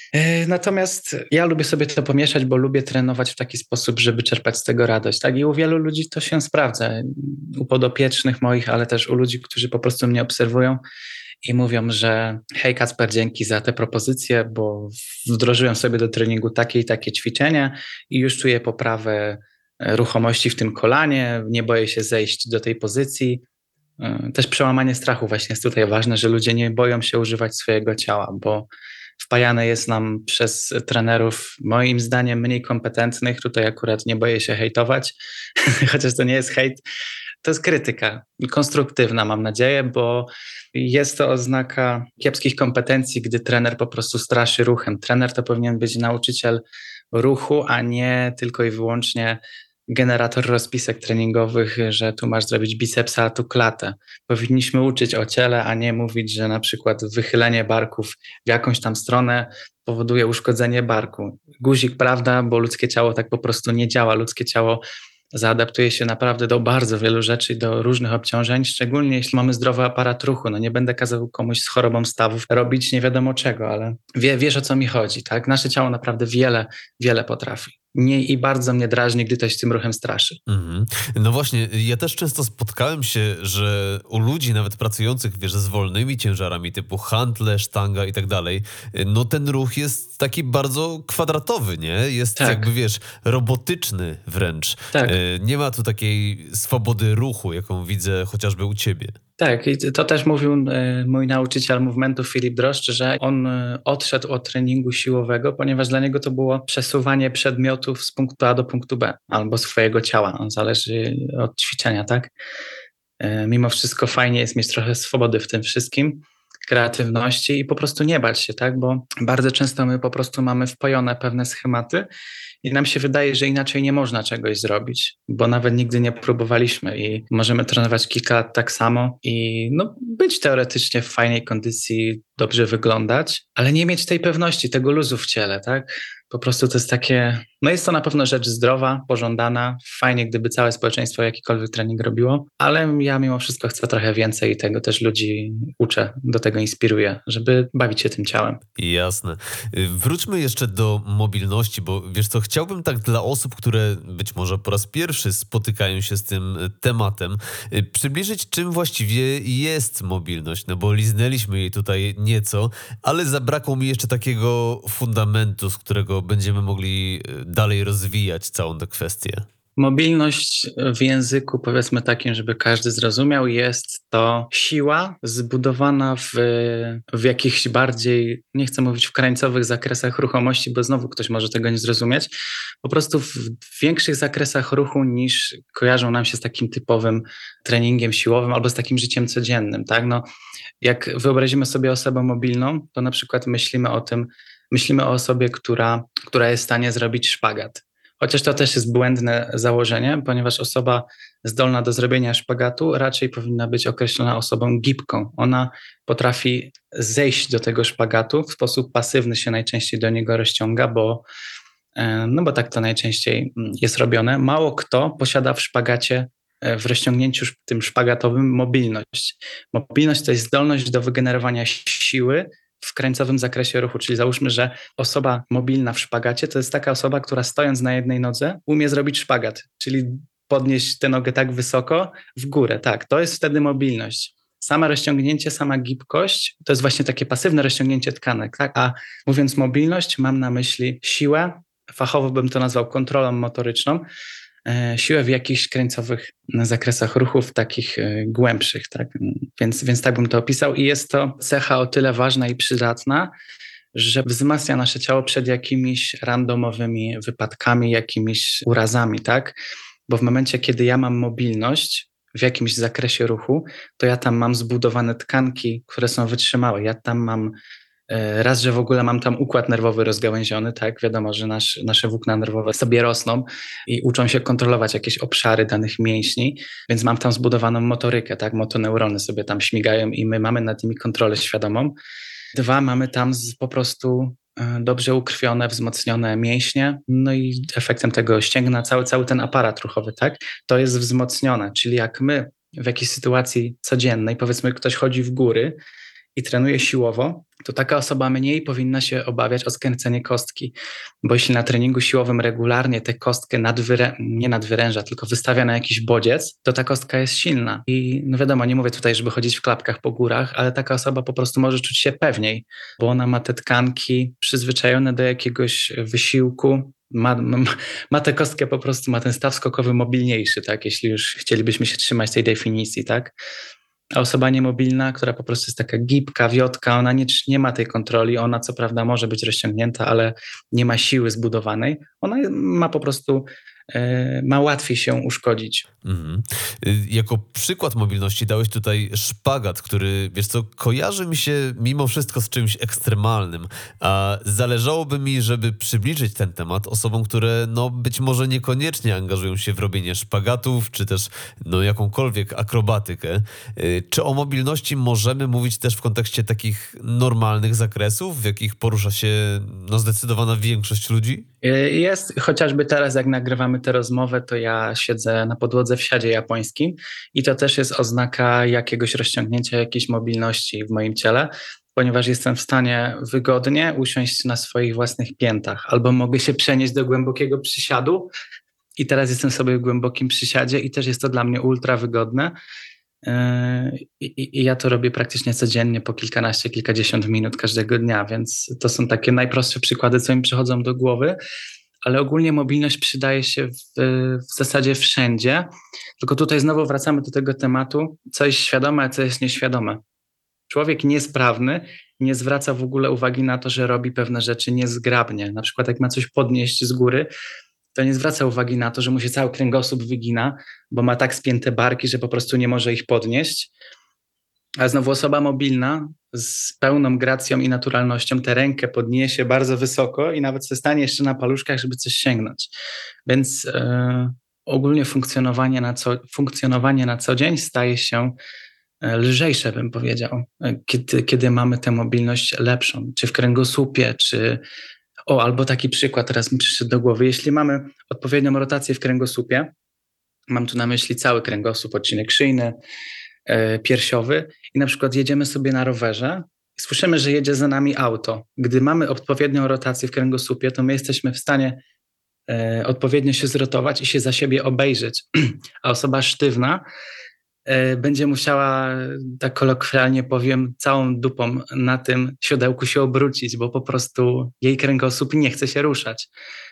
C: Natomiast ja lubię sobie to pomieszać, bo lubię trenować w taki sposób, żeby czerpać z tego radość. Tak? I u wielu ludzi to się sprawdza. U podopiecznych moich, ale też u ludzi, którzy po prostu mnie obserwują i mówią, że hej Kacper, dzięki za te propozycje, bo wdrożyłem sobie do treningu takie i takie ćwiczenia i już czuję poprawę ruchomości w tym kolanie, nie boję się zejść do tej pozycji. Też przełamanie strachu właśnie jest tutaj ważne, że ludzie nie boją się używać swojego ciała, bo wpajane jest nam przez trenerów, moim zdaniem, mniej kompetentnych. Tutaj akurat nie boję się hejtować, chociaż to nie jest hejt, to jest krytyka konstruktywna, mam nadzieję, bo jest to oznaka kiepskich kompetencji, gdy trener po prostu straszy ruchem. Trener to powinien być nauczyciel ruchu, a nie tylko i wyłącznie generator rozpisek treningowych, że tu masz zrobić bicepsa, a tu klatę. Powinniśmy uczyć o ciele, a nie mówić, że na przykład wychylenie barków w jakąś tam stronę powoduje uszkodzenie barku. Guzik, prawda, bo ludzkie ciało tak po prostu nie działa. Ludzkie ciało zaadaptuje się naprawdę do bardzo wielu rzeczy, do różnych obciążeń, szczególnie jeśli mamy zdrowy aparat ruchu. No nie będę kazał komuś z chorobą stawów robić nie wiadomo czego, ale wiesz o co mi chodzi, tak? Nasze ciało naprawdę wiele potrafi. I bardzo mnie drażni, gdy ktoś tym ruchem straszy.
B: No właśnie, ja też często spotkałem się, że u ludzi nawet pracujących, wiesz, z wolnymi ciężarami typu hantle, sztanga i tak dalej, no ten ruch jest taki bardzo kwadratowy, nie? Jest
C: Tak.
B: jakby, wiesz, robotyczny wręcz.
C: Tak.
B: Nie ma tu takiej swobody ruchu, jaką widzę chociażby u ciebie.
C: Tak, i to też mówił mój nauczyciel movementu Filip Droszcz, że on odszedł od treningu siłowego, ponieważ dla niego to było przesuwanie przedmiotów z punktu A do punktu B, albo swojego ciała, on zależy od ćwiczenia, tak? Mimo wszystko fajnie jest mieć trochę swobody w tym wszystkim, kreatywności i po prostu nie bać się, tak? Bo bardzo często my po prostu mamy wpojone pewne schematy i nam się wydaje, że inaczej nie można czegoś zrobić, bo nawet nigdy nie próbowaliśmy i możemy trenować kilka lat tak samo i no, być teoretycznie w fajnej kondycji, dobrze wyglądać, ale nie mieć tej pewności, tego luzu w ciele, tak? Po prostu to jest takie, no jest to na pewno rzecz zdrowa, pożądana, fajnie gdyby całe społeczeństwo jakikolwiek trening robiło, ale ja mimo wszystko chcę trochę więcej i tego też ludzi uczę, do tego inspiruję, żeby bawić się tym ciałem.
B: Jasne. Wróćmy jeszcze do mobilności, bo wiesz co, chciałbym tak dla osób, które być może po raz pierwszy spotykają się z tym tematem, przybliżyć, czym właściwie jest mobilność, no bo liznęliśmy jej tutaj nieco, ale zabrakło mi jeszcze takiego fundamentu, z którego będziemy mogli dalej rozwijać całą tę kwestię.
C: Mobilność w języku, powiedzmy takim, żeby każdy zrozumiał, jest to siła zbudowana w jakichś bardziej, nie chcę mówić w krańcowych zakresach ruchomości, bo znowu ktoś może tego nie zrozumieć, po prostu w większych zakresach ruchu niż kojarzą nam się z takim typowym treningiem siłowym albo z takim życiem codziennym, tak? No, jak wyobrazimy sobie osobę mobilną, to na przykład myślimy o osobie, która jest w stanie zrobić szpagat. Chociaż to też jest błędne założenie, ponieważ osoba zdolna do zrobienia szpagatu raczej powinna być określona osobą gibką. Ona potrafi zejść do tego szpagatu, w sposób pasywny się najczęściej do niego rozciąga, bo tak to najczęściej jest robione. Mało kto posiada w szpagacie, w rozciągnięciu tym szpagatowym mobilność. Mobilność to jest zdolność do wygenerowania siły w krańcowym zakresie ruchu, czyli załóżmy, że osoba mobilna w szpagacie to jest taka osoba, która stojąc na jednej nodze umie zrobić szpagat, czyli podnieść tę nogę tak wysoko w górę. Tak, to jest wtedy mobilność. Same rozciągnięcie, sama gibkość to jest właśnie takie pasywne rozciągnięcie tkanek, tak? A mówiąc mobilność, mam na myśli siłę, fachowo bym to nazwał kontrolą motoryczną, siłę w jakichś krańcowych zakresach ruchów, takich głębszych, tak? Więc tak bym to opisał i jest to cecha o tyle ważna i przydatna, że wzmacnia nasze ciało przed jakimiś randomowymi wypadkami, jakimiś urazami, tak? Bo w momencie, kiedy ja mam mobilność w jakimś zakresie ruchu, to ja tam mam zbudowane tkanki, które są wytrzymałe. Ja tam mam raz, że w ogóle mam tam układ nerwowy rozgałęziony, tak? Wiadomo, że nasze włókna nerwowe sobie rosną i uczą się kontrolować jakieś obszary danych mięśni, więc mam tam zbudowaną motorykę, tak? Motoneurony sobie tam śmigają i my mamy nad nimi kontrolę świadomą. 2, mamy tam po prostu dobrze ukrwione, wzmocnione mięśnie, no i efektem tego ścięgna cały ten aparat ruchowy, tak? To jest wzmocnione, czyli jak my w jakiejś sytuacji codziennej, powiedzmy ktoś chodzi w góry i trenuje siłowo, to taka osoba mniej powinna się obawiać o skręcenie kostki, bo jeśli na treningu siłowym regularnie tę kostkę nie nadwyręża, tylko wystawia na jakiś bodziec, to ta kostka jest silna. I no wiadomo, nie mówię tutaj, żeby chodzić w klapkach po górach, ale taka osoba po prostu może czuć się pewniej, bo ona ma te tkanki przyzwyczajone do jakiegoś wysiłku, ma tę kostkę po prostu, ma ten staw skokowy mobilniejszy, tak? Jeśli już chcielibyśmy się trzymać tej definicji, tak? A osoba niemobilna, która po prostu jest taka gibka, wiotka, ona nie ma tej kontroli, ona co prawda może być rozciągnięta, ale nie ma siły zbudowanej, ona ma po prostu, ma łatwiej się uszkodzić.
B: Mhm. Jako przykład mobilności dałeś tutaj szpagat, który, wiesz co, kojarzy mi się mimo wszystko z czymś ekstremalnym, a zależałoby mi, żeby przybliżyć ten temat osobom, które no być może niekoniecznie angażują się w robienie szpagatów, czy też no jakąkolwiek akrobatykę. Czy o mobilności możemy mówić też w kontekście takich normalnych zakresów, w jakich porusza się no zdecydowana większość ludzi?
C: Jest, chociażby teraz jak nagrywamy tę rozmowę, to ja siedzę na podłodze w siadzie japońskim i to też jest oznaka jakiegoś rozciągnięcia, jakiejś mobilności w moim ciele, ponieważ jestem w stanie wygodnie usiąść na swoich własnych piętach, albo mogę się przenieść do głębokiego przysiadu i teraz jestem sobie w głębokim przysiadzie i też jest to dla mnie ultra wygodne. I ja to robię praktycznie codziennie po kilkanaście, kilkadziesiąt minut każdego dnia, więc to są takie najprostsze przykłady, co mi przychodzą do głowy, ale ogólnie mobilność przydaje się w zasadzie wszędzie, tylko tutaj znowu wracamy do tego tematu, co jest świadome, a co jest nieświadome. Człowiek niesprawny nie zwraca w ogóle uwagi na to, że robi pewne rzeczy niezgrabnie, na przykład jak ma coś podnieść z góry, to nie zwraca uwagi na to, że mu się cały kręgosłup wygina, bo ma tak spięte barki, że po prostu nie może ich podnieść. A znowu osoba mobilna z pełną gracją i naturalnością tę rękę podniesie bardzo wysoko i nawet stanie jeszcze na paluszkach, żeby coś sięgnąć. Więc ogólnie funkcjonowanie na co dzień staje się lżejsze, bym powiedział, kiedy mamy tę mobilność lepszą, czy w kręgosłupie, czy... albo taki przykład teraz mi przyszedł do głowy. Jeśli mamy odpowiednią rotację w kręgosłupie, mam tu na myśli cały kręgosłup, odcinek szyjny, piersiowy i na przykład jedziemy sobie na rowerze i słyszymy, że jedzie za nami auto. Gdy mamy odpowiednią rotację w kręgosłupie, to my jesteśmy w stanie odpowiednio się zrotować i się za siebie obejrzeć. A osoba sztywna będzie musiała, tak kolokwialnie powiem, całą dupą na tym siodełku się obrócić, bo po prostu jej kręgosłup nie chce się ruszać.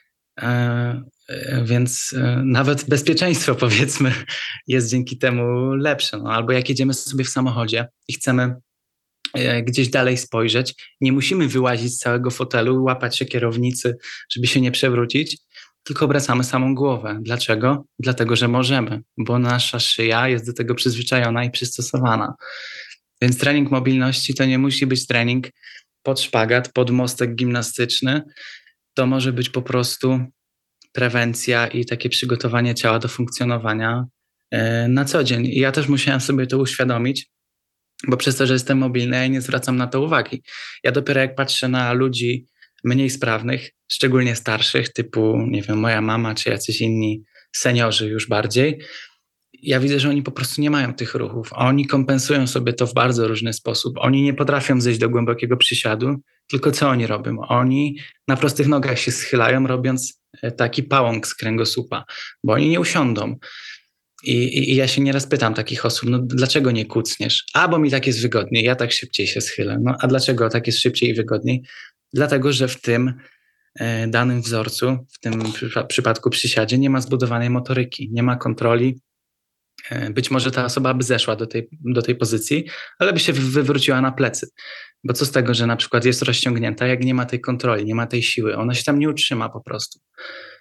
C: Więc nawet bezpieczeństwo, powiedzmy, jest dzięki temu lepsze. No, albo jak jedziemy sobie w samochodzie i chcemy gdzieś dalej spojrzeć, nie musimy wyłazić z całego fotelu, łapać się kierownicy, żeby się nie przewrócić, tylko obracamy samą głowę. Dlaczego? Dlatego, że możemy, bo nasza szyja jest do tego przyzwyczajona i przystosowana. Więc trening mobilności to nie musi być trening pod szpagat, pod mostek gimnastyczny. To może być po prostu prewencja i takie przygotowanie ciała do funkcjonowania na co dzień. I ja też musiałem sobie to uświadomić, bo przez to, że jestem mobilny, ja nie zwracam na to uwagi. Ja dopiero jak patrzę na ludzi mniej sprawnych, szczególnie starszych, typu, nie wiem, moja mama czy jacyś inni seniorzy już bardziej, ja widzę, że oni po prostu nie mają tych ruchów, a oni kompensują sobie to w bardzo różny sposób. Oni nie potrafią zejść do głębokiego przysiadu, tylko co oni robią? Oni na prostych nogach się schylają, robiąc taki pałąk z kręgosłupa, bo oni nie usiądą. I ja się nieraz pytam takich osób, no dlaczego nie kucniesz? A, bo mi tak jest wygodniej, ja tak szybciej się schylę. No a dlaczego tak jest szybciej i wygodniej? Dlatego, że w tym danym wzorcu, w tym przypadku przysiadzie nie ma zbudowanej motoryki, nie ma kontroli. Być może ta osoba by zeszła do tej pozycji, ale by się wywróciła na plecy. Bo co z tego, że na przykład jest rozciągnięta, jak nie ma tej kontroli, nie ma tej siły, ona się tam nie utrzyma po prostu.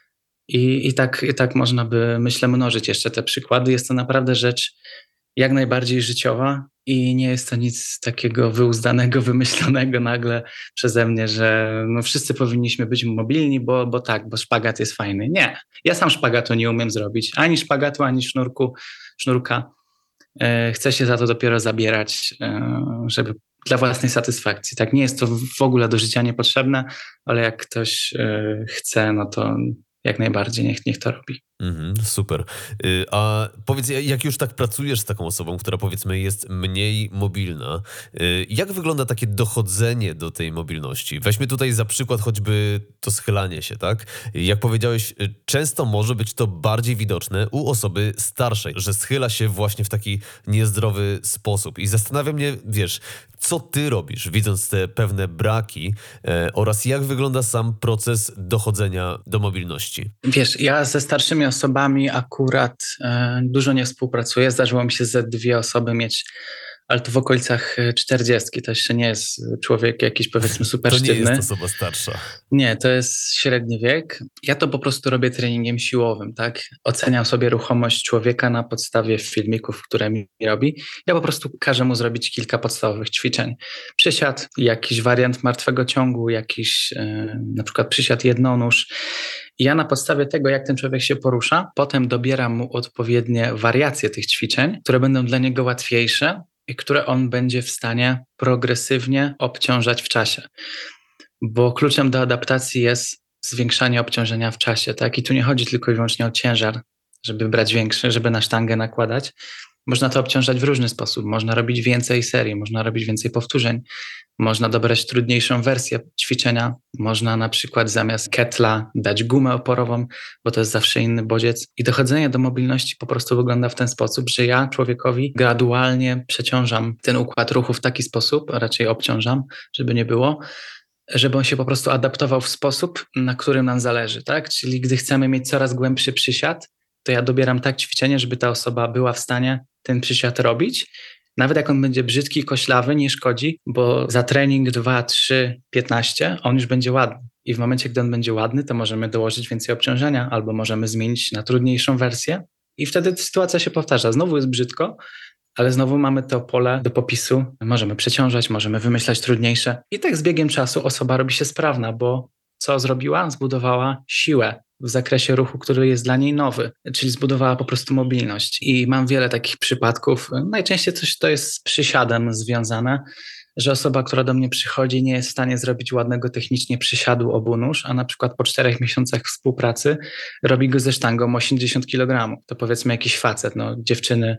C: I tak można by, myślę, mnożyć jeszcze te przykłady. Jest to naprawdę rzecz jak najbardziej życiowa i nie jest to nic takiego wyuzdanego, wymyślonego nagle przeze mnie, że no wszyscy powinniśmy być mobilni, bo szpagat jest fajny. Nie, ja sam szpagatu nie umiem zrobić. Ani szpagatu, ani sznurka. Chcę się za to dopiero zabierać, żeby dla własnej satysfakcji. Tak, nie jest to w ogóle do życia niepotrzebne, ale jak ktoś chce, no to jak najbardziej niech to robi.
B: Super. A powiedz, jak już tak pracujesz z taką osobą, która powiedzmy jest mniej mobilna, jak wygląda takie dochodzenie do tej mobilności? Weźmy tutaj za przykład choćby to schylanie się, tak? Jak powiedziałeś, często może być to bardziej widoczne u osoby starszej, że schyla się właśnie w taki niezdrowy sposób. I zastanawia mnie, wiesz, co ty robisz, widząc te pewne braki oraz jak wygląda sam proces dochodzenia do mobilności?
C: Wiesz, ja ze starszymi osobami akurat dużo nie współpracuję. Zdarzyło mi się ze 2 osoby mieć, ale to w okolicach 40. To jeszcze nie jest człowiek jakiś, powiedzmy, super
B: To nie
C: sztywny.
B: jest osoba starsza.
C: Nie, to jest średni wiek. Ja to po prostu robię treningiem siłowym, tak? Oceniam sobie ruchomość człowieka na podstawie filmików, które mi robi. Ja po prostu każę mu zrobić kilka podstawowych ćwiczeń. Przysiad, jakiś wariant martwego ciągu, jakiś na przykład przysiad jednonóż. I ja na podstawie tego, jak ten człowiek się porusza, potem dobieram mu odpowiednie wariacje tych ćwiczeń, które będą dla niego łatwiejsze i które on będzie w stanie progresywnie obciążać w czasie. Bo kluczem do adaptacji jest zwiększanie obciążenia w czasie, tak? I tu nie chodzi tylko i wyłącznie o ciężar, żeby brać większy, żeby na sztangę nakładać. Można to obciążać w różny sposób. Można robić więcej serii, można robić więcej powtórzeń, można dobrać trudniejszą wersję ćwiczenia, można na przykład zamiast ketla dać gumę oporową, bo to jest zawsze inny bodziec. I dochodzenie do mobilności po prostu wygląda w ten sposób, że ja człowiekowi gradualnie przeciążam ten układ ruchu w taki sposób, a raczej obciążam, żeby nie było, żeby on się po prostu adaptował w sposób, na którym nam zależy, tak? Czyli gdy chcemy mieć coraz głębszy przysiad, to ja dobieram tak ćwiczenie, żeby ta osoba była w stanie ten przysiad robić. Nawet jak on będzie brzydki, koślawy, nie szkodzi, bo za trening 2, 3, 15 on już będzie ładny. I w momencie, gdy on będzie ładny, to możemy dołożyć więcej obciążenia albo możemy zmienić na trudniejszą wersję i wtedy sytuacja się powtarza. Znowu jest brzydko, ale znowu mamy to pole do popisu. Możemy przeciążać, możemy wymyślać trudniejsze. I tak z biegiem czasu osoba robi się sprawna, bo co zrobiła? Zbudowała siłę w zakresie ruchu, który jest dla niej nowy, czyli zbudowała po prostu mobilność. I mam wiele takich przypadków. Najczęściej coś to jest z przysiadem związane, że osoba, która do mnie przychodzi, nie jest w stanie zrobić ładnego technicznie przysiadu obu nóż, a na przykład po 4 miesiącach współpracy robi go ze sztangą 80 kg. To powiedzmy jakiś facet, no dziewczyny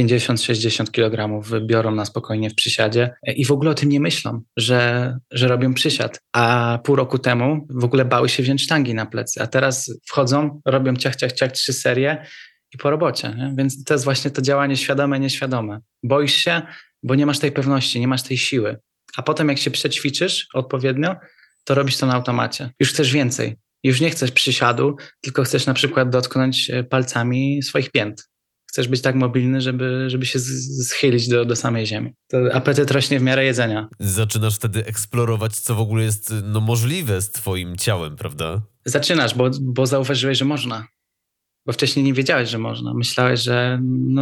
C: 50-60 kg biorą na spokojnie w przysiadzie i w ogóle o tym nie myślą, że robią przysiad. A pół roku temu w ogóle bały się wziąć sztangi na plecy, a teraz wchodzą, robią ciach, 3 serie i po robocie. Nie? Więc to jest właśnie to działanie świadome, nieświadome. Boisz się, bo nie masz tej pewności, nie masz tej siły. A potem jak się przećwiczysz odpowiednio, to robisz to na automacie. Już chcesz więcej. Już nie chcesz przysiadu, tylko chcesz na przykład dotknąć palcami swoich pięt. Chcesz być tak mobilny, żeby się schylić do samej ziemi. To apetyt rośnie w miarę jedzenia.
B: Zaczynasz wtedy eksplorować, co w ogóle jest możliwe z twoim ciałem, prawda?
C: Zaczynasz, bo zauważyłeś, że można. Bo wcześniej nie wiedziałeś, że można. Myślałeś, że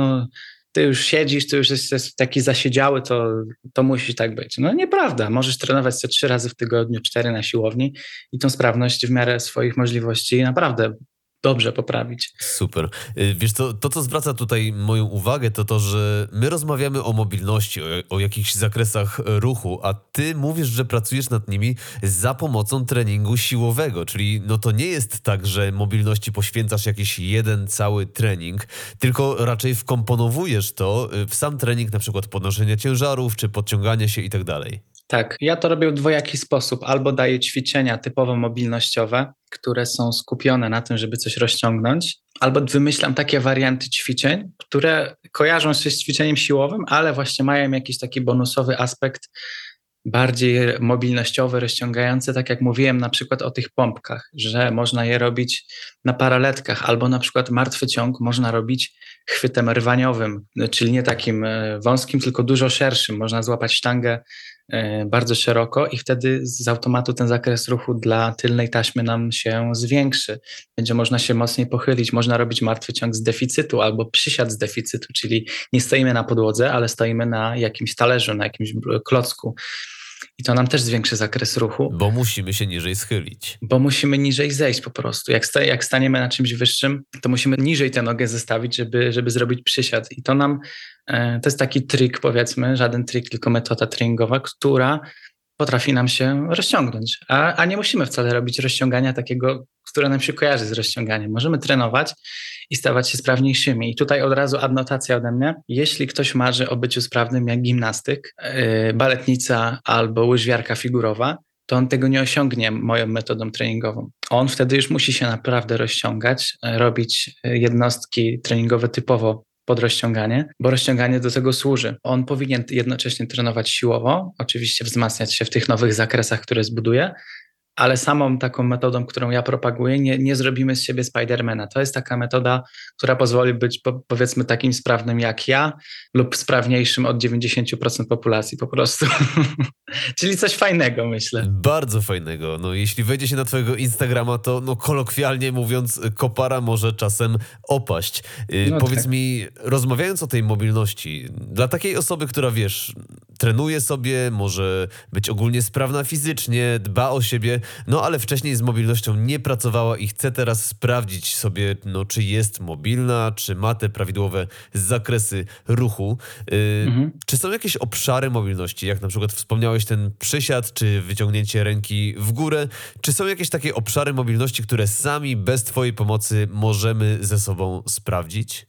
C: ty już siedzisz, ty już jesteś taki zasiedziały, to musi tak być. No nieprawda. Możesz trenować co 3 razy w tygodniu, 4 na siłowni i tą sprawność w miarę swoich możliwości naprawdę dobrze poprawić.
B: Super. Wiesz co zwraca tutaj moją uwagę, to, że my rozmawiamy o mobilności, o jakichś zakresach ruchu, a ty mówisz, że pracujesz nad nimi za pomocą treningu siłowego, czyli to nie jest tak, że mobilności poświęcasz jakiś jeden cały trening, tylko raczej wkomponowujesz to w sam trening, na przykład podnoszenia ciężarów, czy podciągania się i tak dalej.
C: Tak, ja to robię w dwojaki sposób. Albo daję ćwiczenia typowo mobilnościowe, które są skupione na tym, żeby coś rozciągnąć, albo wymyślam takie warianty ćwiczeń, które kojarzą się z ćwiczeniem siłowym, ale właśnie mają jakiś taki bonusowy aspekt bardziej mobilnościowy, rozciągający, tak jak mówiłem na przykład o tych pompkach, że można je robić na paraletkach, albo na przykład martwy ciąg można robić chwytem rwaniowym, czyli nie takim wąskim, tylko dużo szerszym. Można złapać sztangę bardzo szeroko i wtedy z automatu ten zakres ruchu dla tylnej taśmy nam się zwiększy. Będzie można się mocniej pochylić, można robić martwy ciąg z deficytu albo przysiad z deficytu, czyli nie stoimy na podłodze, ale stoimy na jakimś talerzu, na jakimś klocku. I to nam też zwiększy zakres ruchu.
B: Bo musimy się niżej schylić.
C: Bo musimy niżej zejść po prostu. Jak staniemy na czymś wyższym, to musimy niżej tę nogę zestawić, żeby zrobić przysiad. I to nam, to jest taki trik, powiedzmy, żaden trik, tylko metoda treningowa, która potrafi nam się rozciągnąć. A nie musimy wcale robić rozciągania takiego, które nam się kojarzy z rozciąganiem. Możemy trenować i stawać się sprawniejszymi. I tutaj od razu adnotacja ode mnie. Jeśli ktoś marzy o byciu sprawnym jak gimnastyk, baletnica albo łyżwiarka figurowa, to on tego nie osiągnie moją metodą treningową. On wtedy już musi się naprawdę rozciągać, robić jednostki treningowe typowo pod rozciąganie, bo rozciąganie do tego służy. On powinien jednocześnie trenować siłowo, oczywiście wzmacniać się w tych nowych zakresach, które zbuduje, ale samą taką metodą, którą ja propaguję, nie zrobimy z siebie Spidermana. To jest taka metoda, która pozwoli być powiedzmy takim sprawnym jak ja lub sprawniejszym od 90% populacji po prostu. Czyli coś fajnego, myślę.
B: Bardzo fajnego. No, jeśli wejdzie się na twojego Instagrama, to kolokwialnie mówiąc, kopara może czasem opaść. Powiedz
C: tak.
B: mi, rozmawiając o tej mobilności, dla takiej osoby, która trenuje sobie, może być ogólnie sprawna fizycznie, dba o siebie, ale wcześniej z mobilnością nie pracowała i chce teraz sprawdzić sobie, czy jest mobilna, czy ma te prawidłowe zakresy ruchu. Czy są jakieś obszary mobilności, jak na przykład wspomniałeś ten przysiad, czy wyciągnięcie ręki w górę? Czy są jakieś takie obszary mobilności, które sami bez twojej pomocy możemy ze sobą sprawdzić?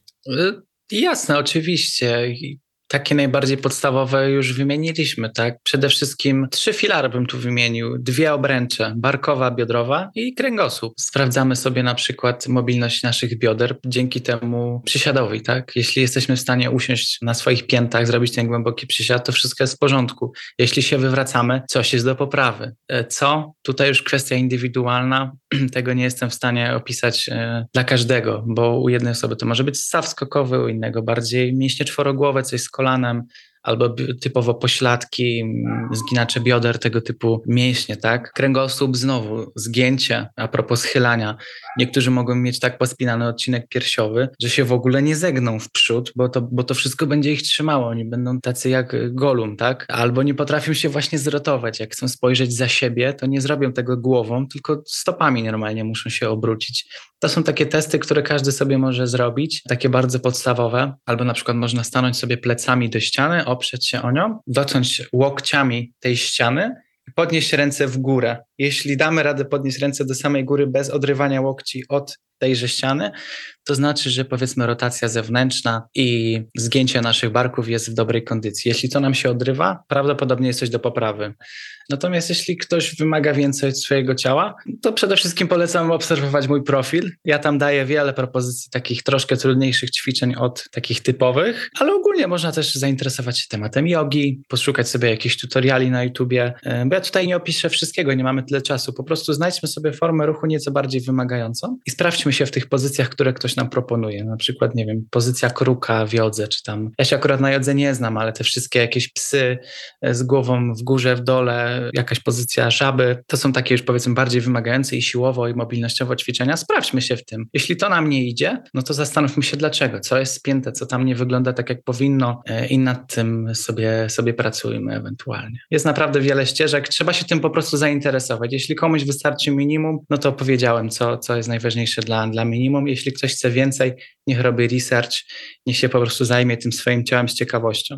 C: Jasne, oczywiście. Takie najbardziej podstawowe już wymieniliśmy, tak? Przede wszystkim 3 filary bym tu wymienił. 2 obręcze, barkowa, biodrowa i kręgosłup. Sprawdzamy sobie na przykład mobilność naszych bioder dzięki temu przysiadowi, tak? Jeśli jesteśmy w stanie usiąść na swoich piętach, zrobić ten głęboki przysiad, to wszystko jest w porządku. Jeśli się wywracamy, coś jest do poprawy. Co? Tutaj już kwestia indywidualna. Tego nie jestem w stanie opisać dla każdego, bo u jednej osoby to może być staw skokowy, u innego bardziej mięśnie czworogłowe, coś z kolanem, albo typowo pośladki, zginacze bioder, tego typu mięśnie, tak? Kręgosłup znowu, zgięcie, a propos schylania. Niektórzy mogą mieć tak pospinany odcinek piersiowy, że się w ogóle nie zegną w przód, bo to wszystko będzie ich trzymało. Oni będą tacy jak Golum, tak? Albo nie potrafią się właśnie zrotować. Jak chcą spojrzeć za siebie, to nie zrobią tego głową, tylko stopami normalnie muszą się obrócić. To są takie testy, które każdy sobie może zrobić, takie bardzo podstawowe. Albo na przykład można stanąć sobie plecami do ściany, oprzeć się o nią, dotknąć łokciami tej ściany i podnieść ręce w górę. Jeśli damy radę podnieść ręce do samej góry bez odrywania łokci od tejże ściany, to znaczy, że powiedzmy rotacja zewnętrzna i zgięcie naszych barków jest w dobrej kondycji. Jeśli to nam się odrywa, prawdopodobnie jest coś do poprawy. Natomiast jeśli ktoś wymaga więcej od swojego ciała, to przede wszystkim polecam obserwować mój profil. Ja tam daję wiele propozycji takich troszkę trudniejszych ćwiczeń od takich typowych, ale ogólnie można też zainteresować się tematem jogi, poszukać sobie jakichś tutoriali na YouTubie, bo ja tutaj nie opiszę wszystkiego, nie mamy tyle czasu. Po prostu znajdźmy sobie formę ruchu nieco bardziej wymagającą i sprawdźmy się w tych pozycjach, które ktoś nam proponuje. Na przykład, nie wiem, pozycja kruka w jodze, czy tam, ja się akurat na jodze nie znam, ale te wszystkie jakieś psy z głową w górze, w dole, jakaś pozycja żaby, to są takie już powiedzmy bardziej wymagające i siłowo, i mobilnościowo ćwiczenia. Sprawdźmy się w tym. Jeśli to nam nie idzie, no to zastanówmy się dlaczego, co jest spięte, co tam nie wygląda tak jak powinno i nad tym sobie pracujmy ewentualnie. Jest naprawdę wiele ścieżek, trzeba się tym po prostu zainteresować. Jeśli komuś wystarczy minimum, no to powiedziałem, co jest najważniejsze dla minimum. Jeśli ktoś chce więcej, niech robi research, niech się po prostu zajmie tym swoim ciałem z ciekawością.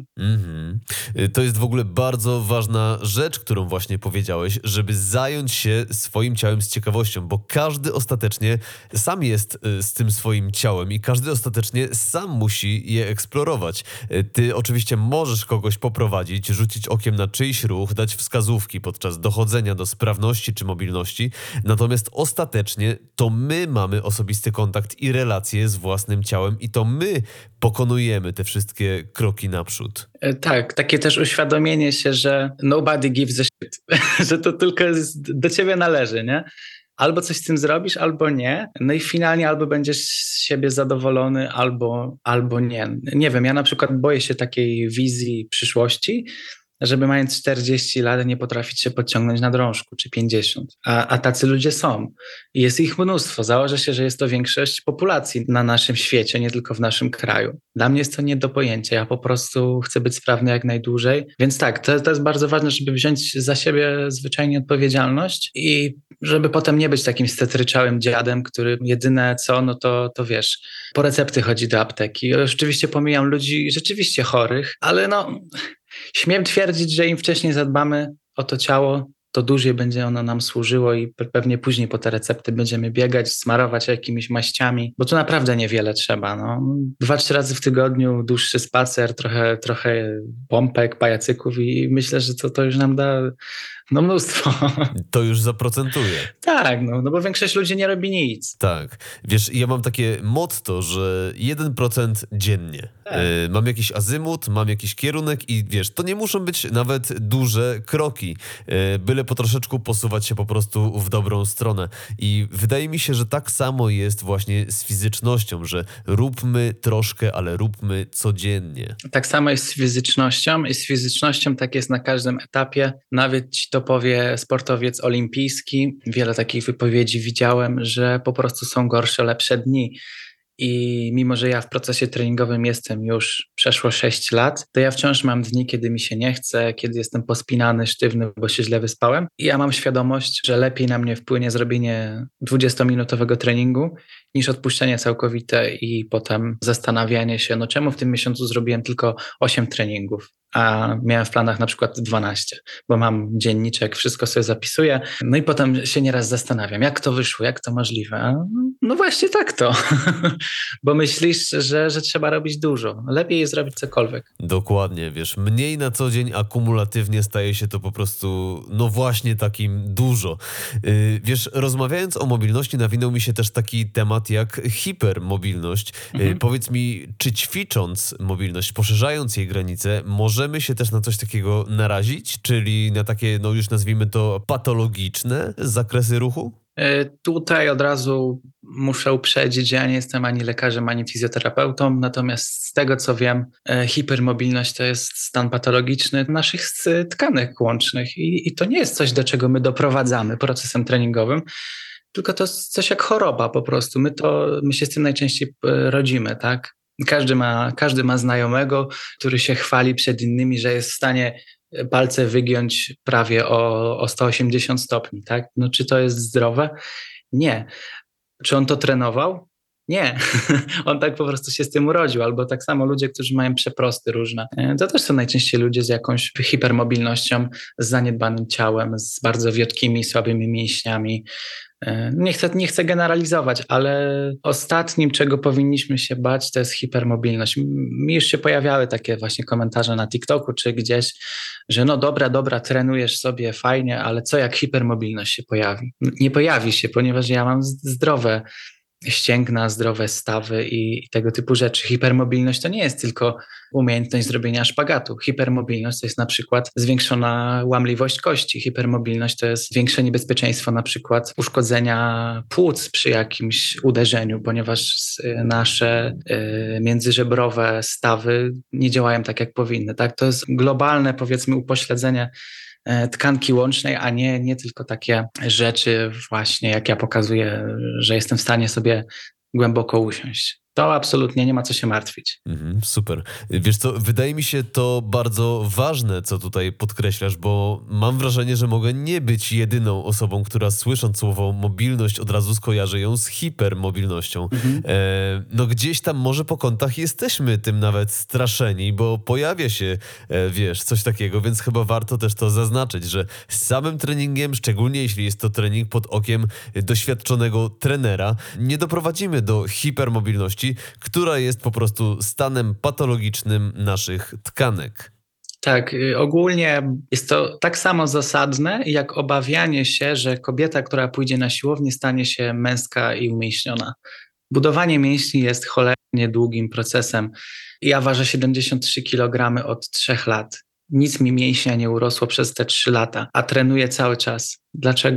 B: To jest w ogóle bardzo ważna rzecz, którą właśnie powiedziałeś, żeby zająć się swoim ciałem z ciekawością, bo każdy ostatecznie sam jest z tym swoim ciałem i każdy ostatecznie sam musi je eksplorować. Ty oczywiście możesz kogoś poprowadzić, rzucić okiem na czyjś ruch, dać wskazówki podczas dochodzenia do sprawności czy mobilności, natomiast ostatecznie to my mamy osobisty kontakt i relacje z własnym ciałem i to my pokonujemy te wszystkie kroki naprzód.
C: Tak, takie też uświadomienie się, że nobody gives a shit, że to tylko do ciebie należy, nie? albo coś z tym zrobisz, albo nie. No i finalnie albo będziesz z siebie zadowolony, albo nie. Nie wiem, ja na przykład boję się takiej wizji przyszłości, żeby mając 40 lat nie potrafić się podciągnąć na drążku, czy 50. A tacy ludzie są. I jest ich mnóstwo. Założę się, że jest to większość populacji na naszym świecie, nie tylko w naszym kraju. Dla mnie jest to nie do pojęcia. Ja po prostu chcę być sprawny jak najdłużej. Więc tak, to jest bardzo ważne, żeby wziąć za siebie zwyczajnie odpowiedzialność i żeby potem nie być takim stetryczałym dziadem, który jedyne co, no to wiesz, po recepty chodzi do apteki. Ja oczywiście pomijam ludzi rzeczywiście chorych, ale no... Śmiem twierdzić, że im wcześniej zadbamy o to ciało, to dłużej będzie ono nam służyło i pewnie później po te recepty będziemy biegać, smarować jakimiś maściami, bo tu naprawdę niewiele trzeba. No. 2-3 razy w tygodniu dłuższy spacer, trochę pompek, pajacyków i myślę, że to już nam da mnóstwo.
B: To już zaprocentuje.
C: Tak, no bo większość ludzi nie robi nic.
B: Tak. Wiesz, ja mam takie motto, że 1% dziennie.
C: Tak.
B: Mam jakiś azymut, mam jakiś kierunek i wiesz, to nie muszą być nawet duże kroki. Byle po troszeczku posuwać się po prostu w dobrą stronę. I wydaje mi się, że tak samo jest właśnie z fizycznością, że róbmy troszkę, ale róbmy codziennie.
C: Tak samo jest z fizycznością i z fizycznością tak jest na każdym etapie. Nawet ci to powie sportowiec olimpijski. Wiele takich wypowiedzi widziałem, że po prostu są gorsze, lepsze dni. I mimo, że ja w procesie treningowym jestem już przeszło 6 lat, to ja wciąż mam dni, kiedy mi się nie chce, kiedy jestem pospinany, sztywny, bo się źle wyspałem. I ja mam świadomość, że lepiej na mnie wpłynie zrobienie 20-minutowego treningu niż odpuszczenie całkowite i potem zastanawianie się, no czemu w tym miesiącu zrobiłem tylko 8 treningów, a miałem w planach na przykład 12, bo mam dzienniczek, wszystko sobie zapisuję. No i potem się nieraz zastanawiam, jak to wyszło, jak to możliwe. No właśnie tak to, bo myślisz, że trzeba robić dużo. Lepiej jest zrobić cokolwiek.
B: Dokładnie, wiesz, mniej na co dzień, a kumulatywnie staje się to po prostu, no właśnie takim dużo. Wiesz, rozmawiając o mobilności, nawinął mi się też taki temat jak hipermobilność. Powiedz mi, czy ćwicząc mobilność, poszerzając jej granice, możemy się też na coś takiego narazić, czyli na takie, no już nazwijmy to patologiczne zakresy ruchu?
C: Tutaj od razu muszę uprzedzić, że ja nie jestem ani lekarzem, ani fizjoterapeutą, natomiast z tego co wiem, hipermobilność to jest stan patologiczny naszych tkanek łącznych i to nie jest coś, do czego my doprowadzamy procesem treningowym, tylko to jest coś jak choroba po prostu. My się z tym najczęściej rodzimy, tak? Każdy ma znajomego, który się chwali przed innymi, że jest w stanie palce wygiąć prawie o 180 stopni, tak? No czy to jest zdrowe? Nie. Czy on to trenował? Nie. On tak po prostu się z tym urodził. Albo tak samo ludzie, którzy mają przeprosty różne. To też są najczęściej ludzie z jakąś hipermobilnością, z zaniedbanym ciałem, z bardzo wiotkimi, słabymi mięśniami. Nie chcę generalizować, ale ostatnim, czego powinniśmy się bać, to jest hipermobilność. Mi już się pojawiały takie właśnie komentarze na TikToku czy gdzieś, że no dobra, trenujesz sobie fajnie, ale co jak hipermobilność się pojawi? Nie pojawi się, ponieważ ja mam zdrowe ścięgna, zdrowe stawy i tego typu rzeczy. Hipermobilność to nie jest tylko umiejętność zrobienia szpagatu. Hipermobilność to jest na przykład zwiększona łamliwość kości. Hipermobilność to jest większe niebezpieczeństwo na przykład uszkodzenia płuc przy jakimś uderzeniu, ponieważ nasze międzyżebrowe stawy nie działają tak, jak powinny. Tak? To jest globalne, powiedzmy, upośledzenie tkanki łącznej, a nie tylko takie rzeczy właśnie, jak ja pokazuję, że jestem w stanie sobie głęboko usiąść. To absolutnie nie ma co się martwić.
B: Super. Wiesz co, wydaje mi się to bardzo ważne, co tutaj podkreślasz, bo mam wrażenie, że mogę nie być jedyną osobą, która słysząc słowo mobilność od razu skojarzy ją z hipermobilnością. No gdzieś tam może po kątach jesteśmy tym nawet straszeni, bo pojawia się, wiesz, coś takiego, więc chyba warto też to zaznaczyć, że z samym treningiem, szczególnie jeśli jest to trening pod okiem doświadczonego trenera, nie doprowadzimy do hipermobilności, która jest po prostu stanem patologicznym naszych tkanek.
C: Tak, ogólnie jest to tak samo zasadne, jak obawianie się, że kobieta, która pójdzie na siłownię, stanie się męska i umięśniona. Budowanie mięśni jest cholernie długim procesem. Ja ważę 73 kg od 3 lat. Nic mi mięśnia nie urosło przez te 3 lata, a trenuję cały czas. Dlaczego?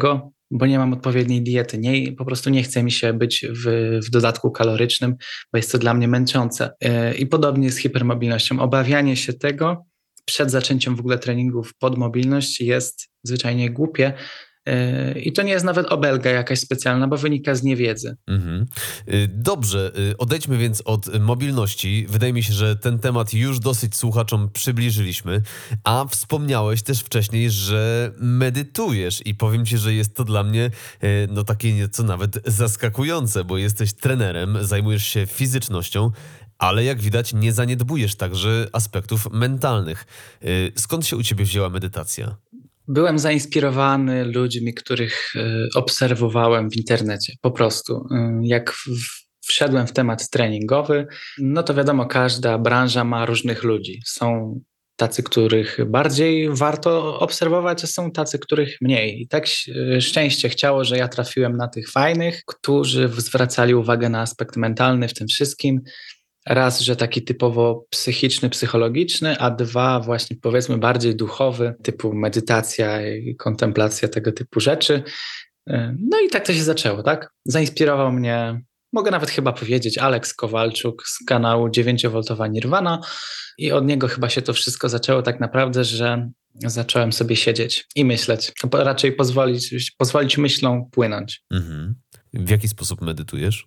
C: bo nie mam odpowiedniej diety. Po prostu nie chce mi się być w dodatku kalorycznym, bo jest to dla mnie męczące. I podobnie jest z hipermobilnością. Obawianie się tego przed zaczęciem w ogóle treningów pod mobilność jest zwyczajnie głupie. I to nie jest nawet obelga jakaś specjalna, bo wynika z niewiedzy.
B: Dobrze, odejdźmy więc od mobilności. Wydaje mi się, że ten temat już dosyć słuchaczom przybliżyliśmy, a wspomniałeś też wcześniej, że medytujesz i powiem ci, że jest to dla mnie takie nieco nawet zaskakujące, bo jesteś trenerem, zajmujesz się fizycznością, ale jak widać nie zaniedbujesz także aspektów mentalnych. Skąd się u ciebie wzięła medytacja?
C: Byłem zainspirowany ludźmi, których obserwowałem w internecie, po prostu. Jak wszedłem w temat treningowy, no to wiadomo, każda branża ma różnych ludzi. Są tacy, których bardziej warto obserwować, a są tacy, których mniej. I tak szczęście chciało, że ja trafiłem na tych fajnych, którzy zwracali uwagę na aspekt mentalny w tym wszystkim. Raz, że taki typowo psychiczny, psychologiczny, a dwa właśnie powiedzmy bardziej duchowy, typu medytacja i kontemplacja tego typu rzeczy. No i tak to się zaczęło, tak? Zainspirował mnie, mogę nawet chyba powiedzieć, Aleks Kowalczuk z kanału 9V Nirvana i od niego chyba się to wszystko zaczęło tak naprawdę, że zacząłem sobie siedzieć i myśleć, raczej pozwolić myślom płynąć.
B: Mhm. W jaki sposób medytujesz?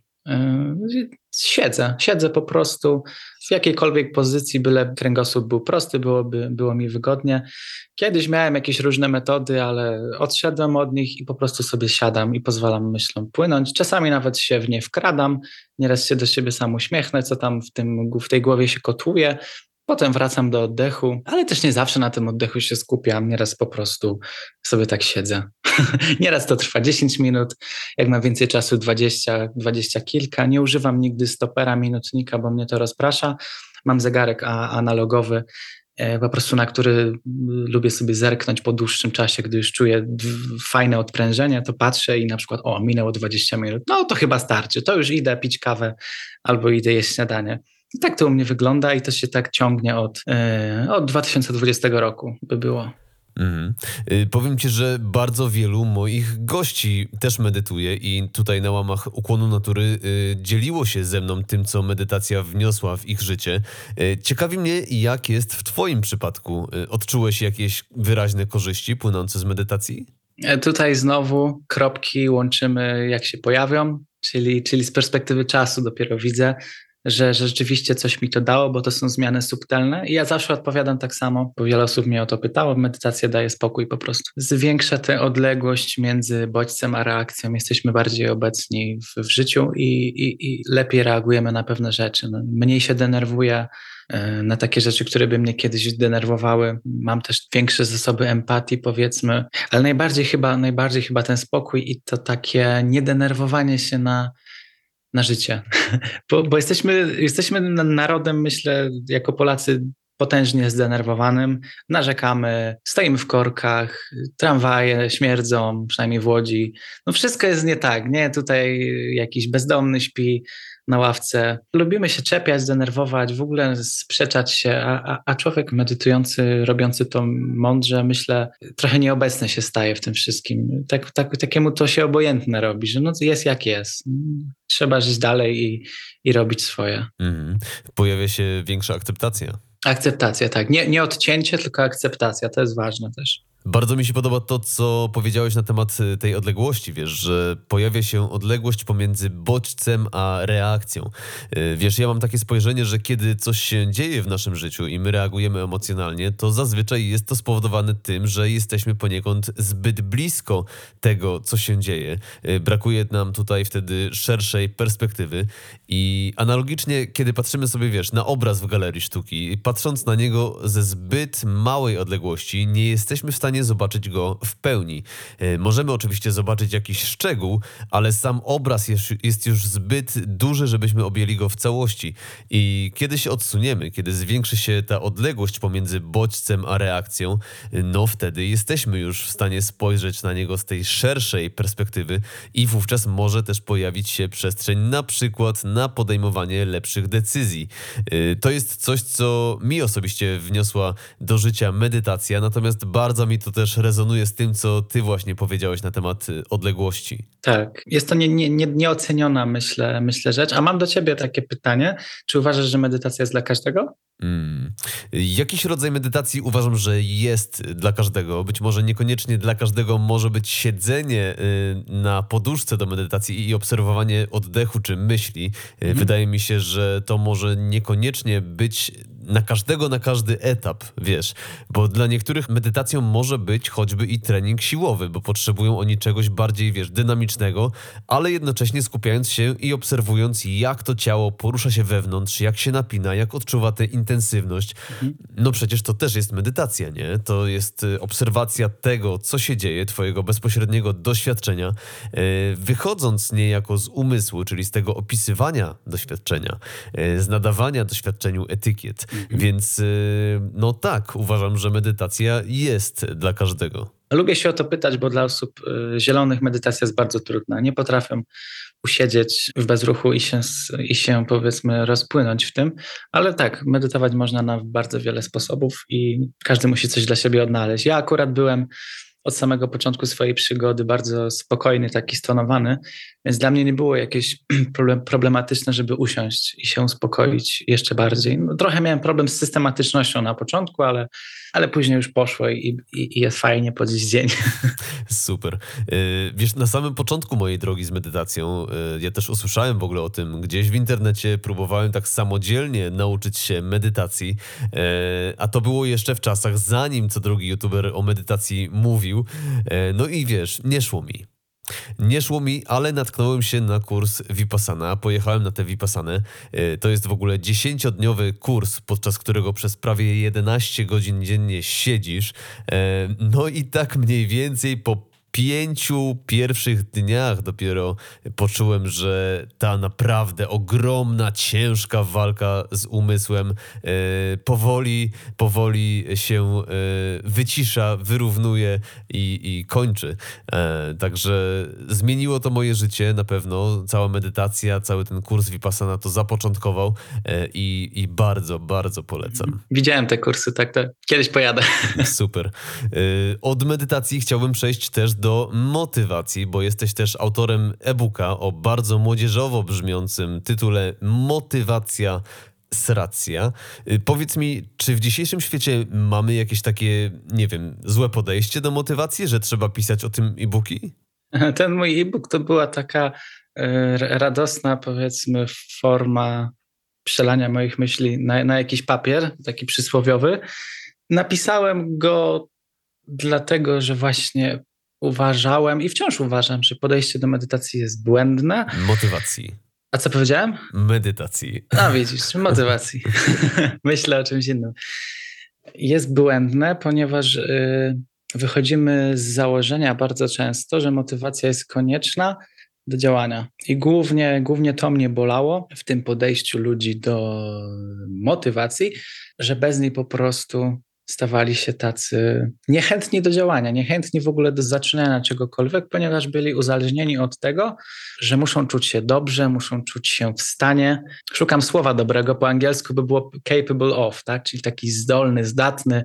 C: Siedzę po prostu w jakiejkolwiek pozycji, byle kręgosłup był prosty, było mi wygodnie. Kiedyś miałem jakieś różne metody, ale odszedłem od nich i po prostu sobie siadam i pozwalam myślom płynąć. Czasami nawet się w nie wkradam, nieraz się do siebie sam uśmiechnę, co tam w tej głowie się kotłuje. Potem wracam do oddechu, ale też nie zawsze na tym oddechu się skupiam. Nieraz po prostu sobie tak siedzę. Nieraz to trwa 10 minut, jak mam więcej czasu 20 kilka. Nie używam nigdy stopera, minutnika, bo mnie to rozprasza. Mam zegarek analogowy, po prostu na który lubię sobie zerknąć po dłuższym czasie, gdy już czuję fajne odprężenie, to patrzę i na przykład minęło 20 minut. No to chyba starczy, to już idę pić kawę albo idę jeść śniadanie. I tak to u mnie wygląda i to się tak ciągnie od 2020 roku by było.
B: Powiem ci, że bardzo wielu moich gości też medytuje i tutaj na łamach Ukłonu Natury dzieliło się ze mną tym, co medytacja wniosła w ich życie. Ciekawi mnie, jak jest w twoim przypadku. Odczułeś jakieś wyraźne korzyści płynące z medytacji?
C: Tutaj znowu kropki łączymy, jak się pojawią, czyli z perspektywy czasu dopiero widzę, że rzeczywiście coś mi to dało, bo to są zmiany subtelne i ja zawsze odpowiadam tak samo, bo wiele osób mnie o to pytało, medytacja daje spokój po prostu. Zwiększa tę odległość między bodźcem a reakcją, jesteśmy bardziej obecni w życiu i lepiej reagujemy na pewne rzeczy. No, mniej się denerwuję na takie rzeczy, które by mnie kiedyś denerwowały. Mam też większe zasoby empatii, powiedzmy, ale najbardziej chyba ten spokój i to takie niedenerwowanie się na życie. Bo jesteśmy narodem, myślę, jako Polacy potężnie zdenerwowanym. Narzekamy, stoimy w korkach, tramwaje śmierdzą, przynajmniej w Łodzi. No wszystko jest nie tak, nie? Tutaj jakiś bezdomny śpi na ławce. Lubimy się czepiać, denerwować, w ogóle sprzeczać się, a człowiek medytujący, robiący to mądrze, myślę, trochę nieobecny się staje w tym wszystkim. Takiemu to się obojętne robi, że no jest jak jest. Trzeba żyć dalej i robić swoje.
B: Pojawia się większa akceptacja.
C: Akceptacja, tak. Nie odcięcie, tylko akceptacja. To jest ważne też.
B: Bardzo mi się podoba to, co powiedziałeś na temat tej odległości, wiesz, że pojawia się odległość pomiędzy bodźcem a reakcją. Wiesz, ja mam takie spojrzenie, że kiedy coś się dzieje w naszym życiu i my reagujemy emocjonalnie, to zazwyczaj jest to spowodowane tym, że jesteśmy poniekąd zbyt blisko tego, co się dzieje. Brakuje nam tutaj wtedy szerszej perspektywy i analogicznie, kiedy patrzymy sobie, wiesz, na obraz w galerii sztuki, patrząc na niego ze zbyt małej odległości, nie jesteśmy w stanie zobaczyć go w pełni. Możemy oczywiście zobaczyć jakiś szczegół, ale sam obraz jest już zbyt duży, żebyśmy objęli go w całości. I kiedy się odsuniemy, kiedy zwiększy się ta odległość pomiędzy bodźcem a reakcją, no wtedy jesteśmy już w stanie spojrzeć na niego z tej szerszej perspektywy i wówczas może też pojawić się przestrzeń na przykład na podejmowanie lepszych decyzji. To jest coś, co mi osobiście wniosła do życia medytacja, natomiast bardzo mi to też rezonuje z tym, co ty właśnie powiedziałeś na temat odległości.
C: Tak, jest to nieoceniona, myślę, rzecz. A mam do ciebie takie pytanie. Czy uważasz, że medytacja jest dla każdego?
B: Jakiś rodzaj medytacji uważam, że jest dla każdego. Być może niekoniecznie dla każdego może być siedzenie na poduszce do medytacji i obserwowanie oddechu czy myśli. Wydaje mi się, że to może niekoniecznie być na każdego, na każdy etap, wiesz. Bo dla niektórych medytacją może być choćby i trening siłowy, bo potrzebują oni czegoś bardziej, wiesz, dynamicznego, ale jednocześnie skupiając się i obserwując, jak to ciało porusza się wewnątrz, jak się napina, jak odczuwa tę intensywność. No przecież to też jest medytacja, nie? To jest obserwacja tego, co się dzieje, twojego bezpośredniego doświadczenia, wychodząc niejako z umysłu, czyli z tego opisywania doświadczenia, z nadawania doświadczeniu etykiet. Więc no tak, uważam, że medytacja jest dla każdego.
C: Lubię się o to pytać, bo dla osób zielonych medytacja jest bardzo trudna. Nie potrafią usiedzieć w bezruchu i się powiedzmy rozpłynąć w tym, ale tak, medytować można na bardzo wiele sposobów i każdy musi coś dla siebie odnaleźć. Ja akurat byłem od samego początku swojej przygody bardzo spokojny, taki stonowany, więc dla mnie nie było jakieś problematyczne, żeby usiąść i się uspokoić jeszcze bardziej. No, trochę miałem problem z systematycznością na początku, ale później już poszło i jest fajnie po dziś dzień.
B: Super. Wiesz, na samym początku mojej drogi z medytacją, ja też usłyszałem w ogóle o tym gdzieś w internecie, próbowałem tak samodzielnie nauczyć się medytacji, a to było jeszcze w czasach, zanim co drugi youtuber o medytacji mówił. No i wiesz, nie szło mi, ale natknąłem się na kurs Vipassana. Pojechałem na tę Vipassanę. To jest w ogóle 10-dniowy kurs, podczas którego przez prawie 11 godzin dziennie siedzisz. No i tak mniej więcej po 5 pierwszych dniach dopiero poczułem, że ta naprawdę ogromna, ciężka walka z umysłem powoli się wycisza, wyrównuje i kończy. Także zmieniło to moje życie na pewno. Cała medytacja, cały ten kurs Vipassana to zapoczątkował i bardzo, bardzo polecam.
C: Widziałem te kursy, tak. Kiedyś pojadę.
B: Super. Od medytacji chciałbym przejść też do motywacji, bo jesteś też autorem e-booka o bardzo młodzieżowo brzmiącym tytule Motywacja z racja. Powiedz mi, czy w dzisiejszym świecie mamy jakieś takie, nie wiem, złe podejście do motywacji, że trzeba pisać o tym e-booki?
C: Ten mój e-book to była taka radosna, powiedzmy, forma przelania moich myśli na jakiś papier, taki przysłowiowy. Napisałem go dlatego, że właśnie uważałem i wciąż uważam, że podejście do medytacji jest błędne.
B: Motywacji.
C: A co powiedziałem?
B: Medytacji.
C: No widzisz, motywacji. Myślę o czymś innym. Jest błędne, ponieważ wychodzimy z założenia bardzo często, że motywacja jest konieczna do działania. I głównie to mnie bolało w tym podejściu ludzi do motywacji, że bez niej po prostu stawali się tacy niechętni do działania, niechętni w ogóle do zaczynania czegokolwiek, ponieważ byli uzależnieni od tego, że muszą czuć się dobrze, muszą czuć się w stanie. Szukam słowa dobrego, po angielsku by było capable of, tak? Czyli taki zdolny, zdatny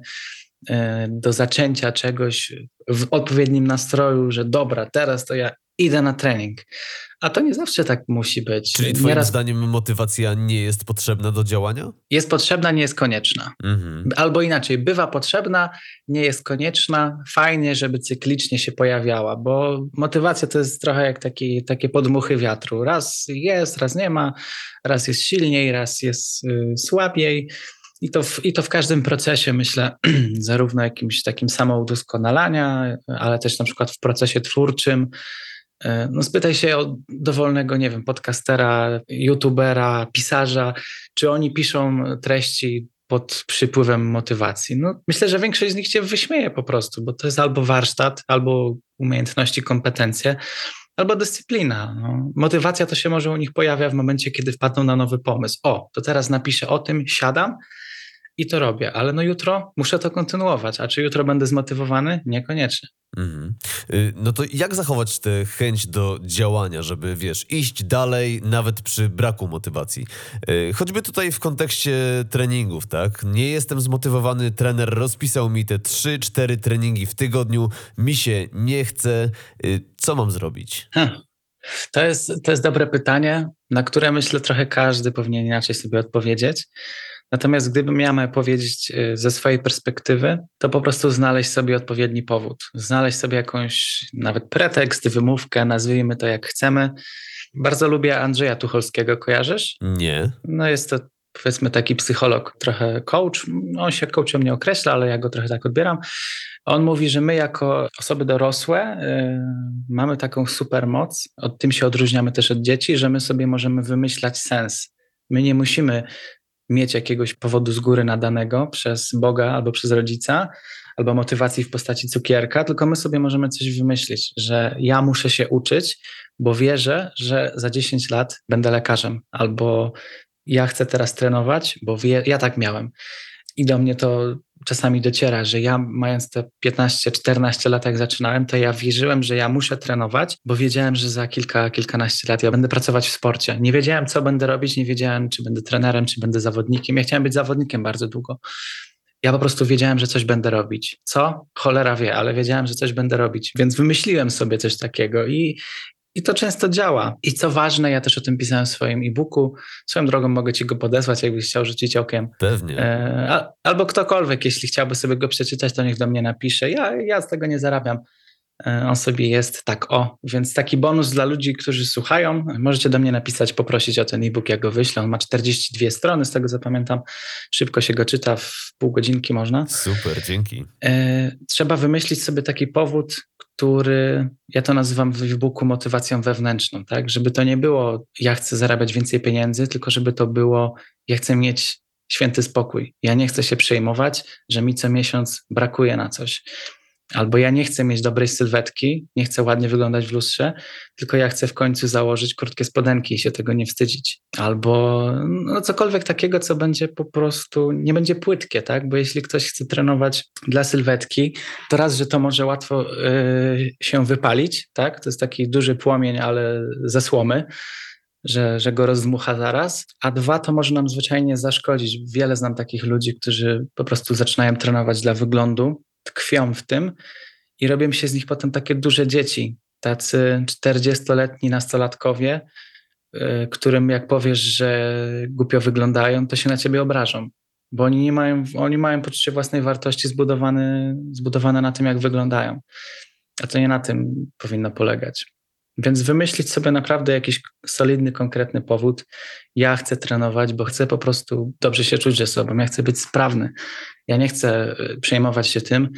C: do zaczęcia czegoś w odpowiednim nastroju, że dobra, teraz to ja idę na trening. A to nie zawsze tak musi być.
B: Czyli twoim zdaniem motywacja nie jest potrzebna do działania?
C: Jest potrzebna, nie jest konieczna. Albo inaczej, bywa potrzebna, nie jest konieczna. Fajnie, żeby cyklicznie się pojawiała, bo motywacja to jest trochę jak takie podmuchy wiatru. Raz jest, raz nie ma, raz jest silniej, raz jest słabiej. I to w każdym procesie, myślę, zarówno jakimś takim samoudoskonalania, ale też na przykład w procesie twórczym. No spytaj się o dowolnego, nie wiem, podcastera, youtubera, pisarza, czy oni piszą treści pod przypływem motywacji. No, myślę, że większość z nich cię wyśmieje po prostu, bo to jest albo warsztat, albo umiejętności, kompetencje, albo dyscyplina. No, motywacja to się może u nich pojawia w momencie, kiedy wpadną na nowy pomysł. O, to teraz napiszę o tym, siadam i to robię, ale no jutro muszę to kontynuować, a czy jutro będę zmotywowany? Niekoniecznie.
B: Mhm. No to jak zachować tę chęć do działania, żeby, iść dalej nawet przy braku motywacji? Choćby tutaj w kontekście treningów, tak? Nie jestem zmotywowany, trener rozpisał mi te 3-4 treningi w tygodniu, mi się nie chce. Co mam zrobić?
C: To jest dobre pytanie, na które myślę trochę każdy powinien inaczej sobie odpowiedzieć. Natomiast gdybym miał powiedzieć ze swojej perspektywy, to po prostu znaleźć sobie odpowiedni powód. Znaleźć sobie jakąś nawet pretekst, wymówkę, nazwijmy to jak chcemy. Bardzo lubię Andrzeja Tucholskiego, kojarzysz?
B: Nie.
C: No jest to powiedzmy taki psycholog, trochę coach. On się coachem nie określa, ale ja go trochę tak odbieram. On mówi, że my jako osoby dorosłe mamy taką super moc, od tym się odróżniamy też od dzieci, że my sobie możemy wymyślać sens. My nie musimy mieć jakiegoś powodu z góry nadanego przez Boga albo przez rodzica, albo motywacji w postaci cukierka, tylko my sobie możemy coś wymyślić, że ja muszę się uczyć, bo wierzę, że za 10 lat będę lekarzem, albo ja chcę teraz trenować, bo ja tak miałem. I do mnie to czasami dociera, że ja mając te 15-14 lat jak zaczynałem, to ja wierzyłem, że ja muszę trenować, bo wiedziałem, że za kilkanaście lat ja będę pracować w sporcie. Nie wiedziałem, co będę robić, nie wiedziałem, czy będę trenerem, czy będę zawodnikiem. Ja chciałem być zawodnikiem bardzo długo. Ja po prostu wiedziałem, że coś będę robić. Co? Cholera wie, ale wiedziałem, że coś będę robić. Więc wymyśliłem sobie coś takiego i to często działa. I co ważne, ja też o tym pisałem w swoim e-booku. Swoją drogą mogę ci go podesłać, jakbyś chciał rzucić okiem.
B: Pewnie.
C: Albo ktokolwiek, jeśli chciałby sobie go przeczytać, to niech do mnie napisze. Ja z tego nie zarabiam. On sobie jest tak Więc taki bonus dla ludzi, którzy słuchają. Możecie do mnie napisać, poprosić o ten e-book, jak go wyślę. On ma 42 strony, z tego co pamiętam. Szybko się go czyta, w pół godzinki można.
B: Super, dzięki.
C: Trzeba wymyślić sobie taki powód, który, ja to nazywam w e-booku motywacją wewnętrzną, tak? Żeby to nie było, ja chcę zarabiać więcej pieniędzy, tylko żeby to było, ja chcę mieć święty spokój. Ja nie chcę się przejmować, że mi co miesiąc brakuje na coś. Albo ja nie chcę mieć dobrej sylwetki, nie chcę ładnie wyglądać w lustrze, tylko ja chcę w końcu założyć krótkie spodenki i się tego nie wstydzić. Albo cokolwiek takiego, co będzie po prostu, nie będzie płytkie, tak? Bo jeśli ktoś chce trenować dla sylwetki, to raz, że to może łatwo się wypalić, tak? To jest taki duży płomień, ale ze słomy, że go rozdmucha zaraz, a dwa, to może nam zwyczajnie zaszkodzić. Wiele znam takich ludzi, którzy po prostu zaczynają trenować dla wyglądu, tkwią w tym i robią się z nich potem takie duże dzieci, tacy 40-letni nastolatkowie, którym jak powiesz, że głupio wyglądają, to się na ciebie obrażą, bo oni mają poczucie własnej wartości zbudowane na tym, jak wyglądają, a to nie na tym powinno polegać. Więc wymyślić sobie naprawdę jakiś solidny, konkretny powód. Ja chcę trenować, bo chcę po prostu dobrze się czuć ze sobą. Ja chcę być sprawny. Ja nie chcę przejmować się tym,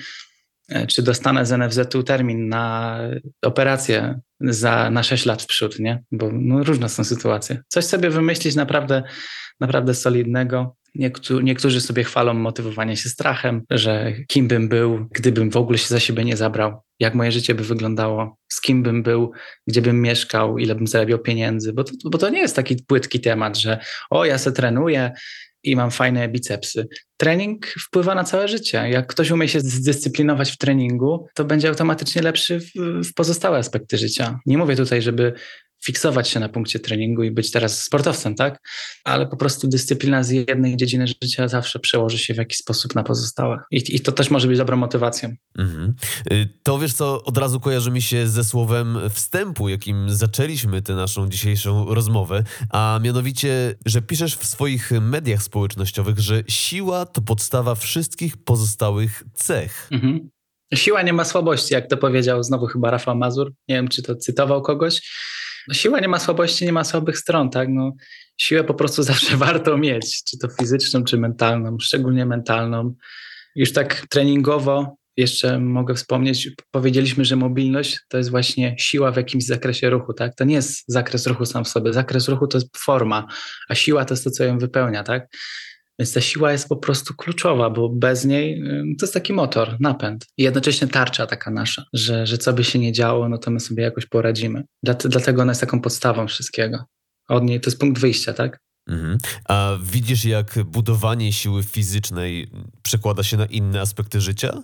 C: czy dostanę z NFZ-u termin na operację na 6 lat w przód, nie? Bo różne są sytuacje. Coś sobie wymyślić naprawdę solidnego. Niektórzy sobie chwalą motywowanie się strachem, że kim bym był, gdybym w ogóle się za siebie nie zabrał, jak moje życie by wyglądało, z kim bym był, gdzie bym mieszkał, ile bym zarabiał pieniędzy, bo to nie jest taki płytki temat, że ja se trenuję i mam fajne bicepsy. Trening wpływa na całe życie. Jak ktoś umie się zdyscyplinować w treningu, to będzie automatycznie lepszy w pozostałe aspekty życia. Nie mówię tutaj, żeby fiksować się na punkcie treningu i być teraz sportowcem, tak? Ale po prostu dyscyplina z jednej dziedziny życia zawsze przełoży się w jakiś sposób na pozostałe. I to też może być dobrą motywacją.
B: Mhm. To wiesz co, od razu kojarzy mi się ze słowem wstępu, jakim zaczęliśmy tę naszą dzisiejszą rozmowę, a mianowicie, że piszesz w swoich mediach społecznościowych, że siła to podstawa wszystkich pozostałych cech.
C: Mhm. Siła nie ma słabości, jak to powiedział znowu chyba Rafał Mazur. Nie wiem, czy to cytował kogoś. Siła nie ma słabości, nie ma słabych stron, tak? Siłę po prostu zawsze warto mieć, czy to fizyczną, czy mentalną, szczególnie mentalną. Już tak treningowo jeszcze mogę wspomnieć, powiedzieliśmy, że mobilność to jest właśnie siła w jakimś zakresie ruchu, tak? To nie jest zakres ruchu sam w sobie. Zakres ruchu to jest forma, a siła to jest to, co ją wypełnia, tak? Więc ta siła jest po prostu kluczowa, bo bez niej to jest taki motor, napęd. I jednocześnie tarcza taka nasza, że co by się nie działo, to my sobie jakoś poradzimy. Dlatego ona jest taką podstawą wszystkiego. Od niej to jest punkt wyjścia, tak?
B: Mhm. A widzisz, jak budowanie siły fizycznej przekłada się na inne aspekty życia?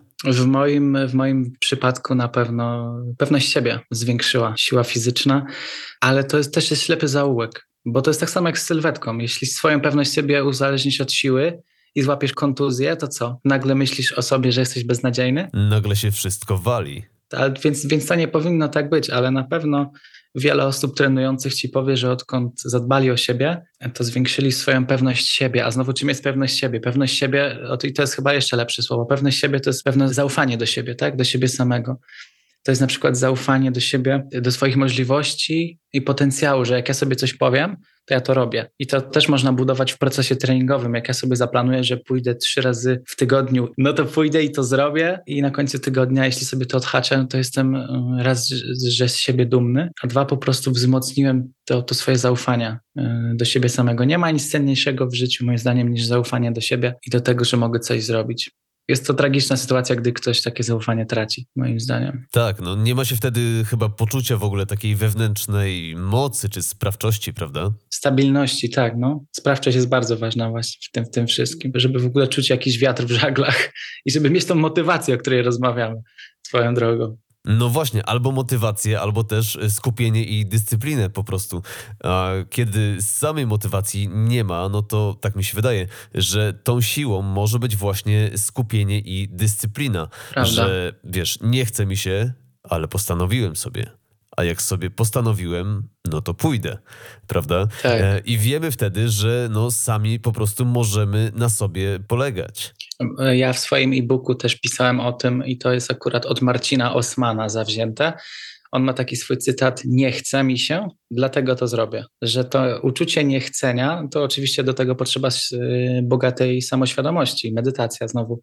C: W moim przypadku na pewno pewność siebie zwiększyła siła fizyczna, ale to też jest ślepy zaułek, bo to jest tak samo jak z sylwetką. Jeśli swoją pewność siebie uzależnisz od siły i złapiesz kontuzję, to co? Nagle myślisz o sobie, że jesteś beznadziejny?
B: Nagle się wszystko wali.
C: Więc to nie powinno tak być, ale na pewno wiele osób trenujących ci powie, że odkąd zadbali o siebie, to zwiększyli swoją pewność siebie. A znowu czym jest pewność siebie? Pewność siebie, i to jest chyba jeszcze lepsze słowo, pewność siebie to jest pewne zaufanie do siebie, tak? Do siebie samego. To jest na przykład zaufanie do siebie, do swoich możliwości i potencjału, że jak ja sobie coś powiem, to ja to robię. I to też można budować w procesie treningowym. Jak ja sobie zaplanuję, że pójdę 3 razy w tygodniu, no to pójdę i to zrobię i na końcu tygodnia, jeśli sobie to odhaczę, no to jestem raz, że z siebie dumny, a 2, po prostu wzmocniłem to swoje zaufanie do siebie samego. Nie ma nic cenniejszego w życiu, moim zdaniem, niż zaufanie do siebie i do tego, że mogę coś zrobić. Jest to tragiczna sytuacja, gdy ktoś takie zaufanie traci, moim zdaniem.
B: Tak, no nie ma się wtedy chyba poczucia w ogóle takiej wewnętrznej mocy czy sprawczości, prawda?
C: Stabilności, tak, no. Sprawczość jest bardzo ważna właśnie w tym wszystkim, żeby w ogóle czuć jakiś wiatr w żaglach i żeby mieć tą motywację, o której rozmawiamy swoją drogą.
B: No właśnie, albo motywację, albo też skupienie i dyscyplinę po prostu. A kiedy samej motywacji nie ma, no to tak mi się wydaje, że tą siłą może być właśnie skupienie i dyscyplina.
C: Prawda.
B: Że wiesz, nie chce mi się, ale postanowiłem sobie. A jak sobie postanowiłem, no to pójdę, prawda?
C: Tak.
B: I wiemy wtedy, że no sami po prostu możemy na sobie polegać.
C: Ja w swoim e-booku też pisałem o tym i to jest akurat od Marcina Osmana zawzięte. On ma taki swój cytat: nie chce mi się, dlatego to zrobię. Że to uczucie niechcenia, to oczywiście do tego potrzeba bogatej samoświadomości. Medytacja znowu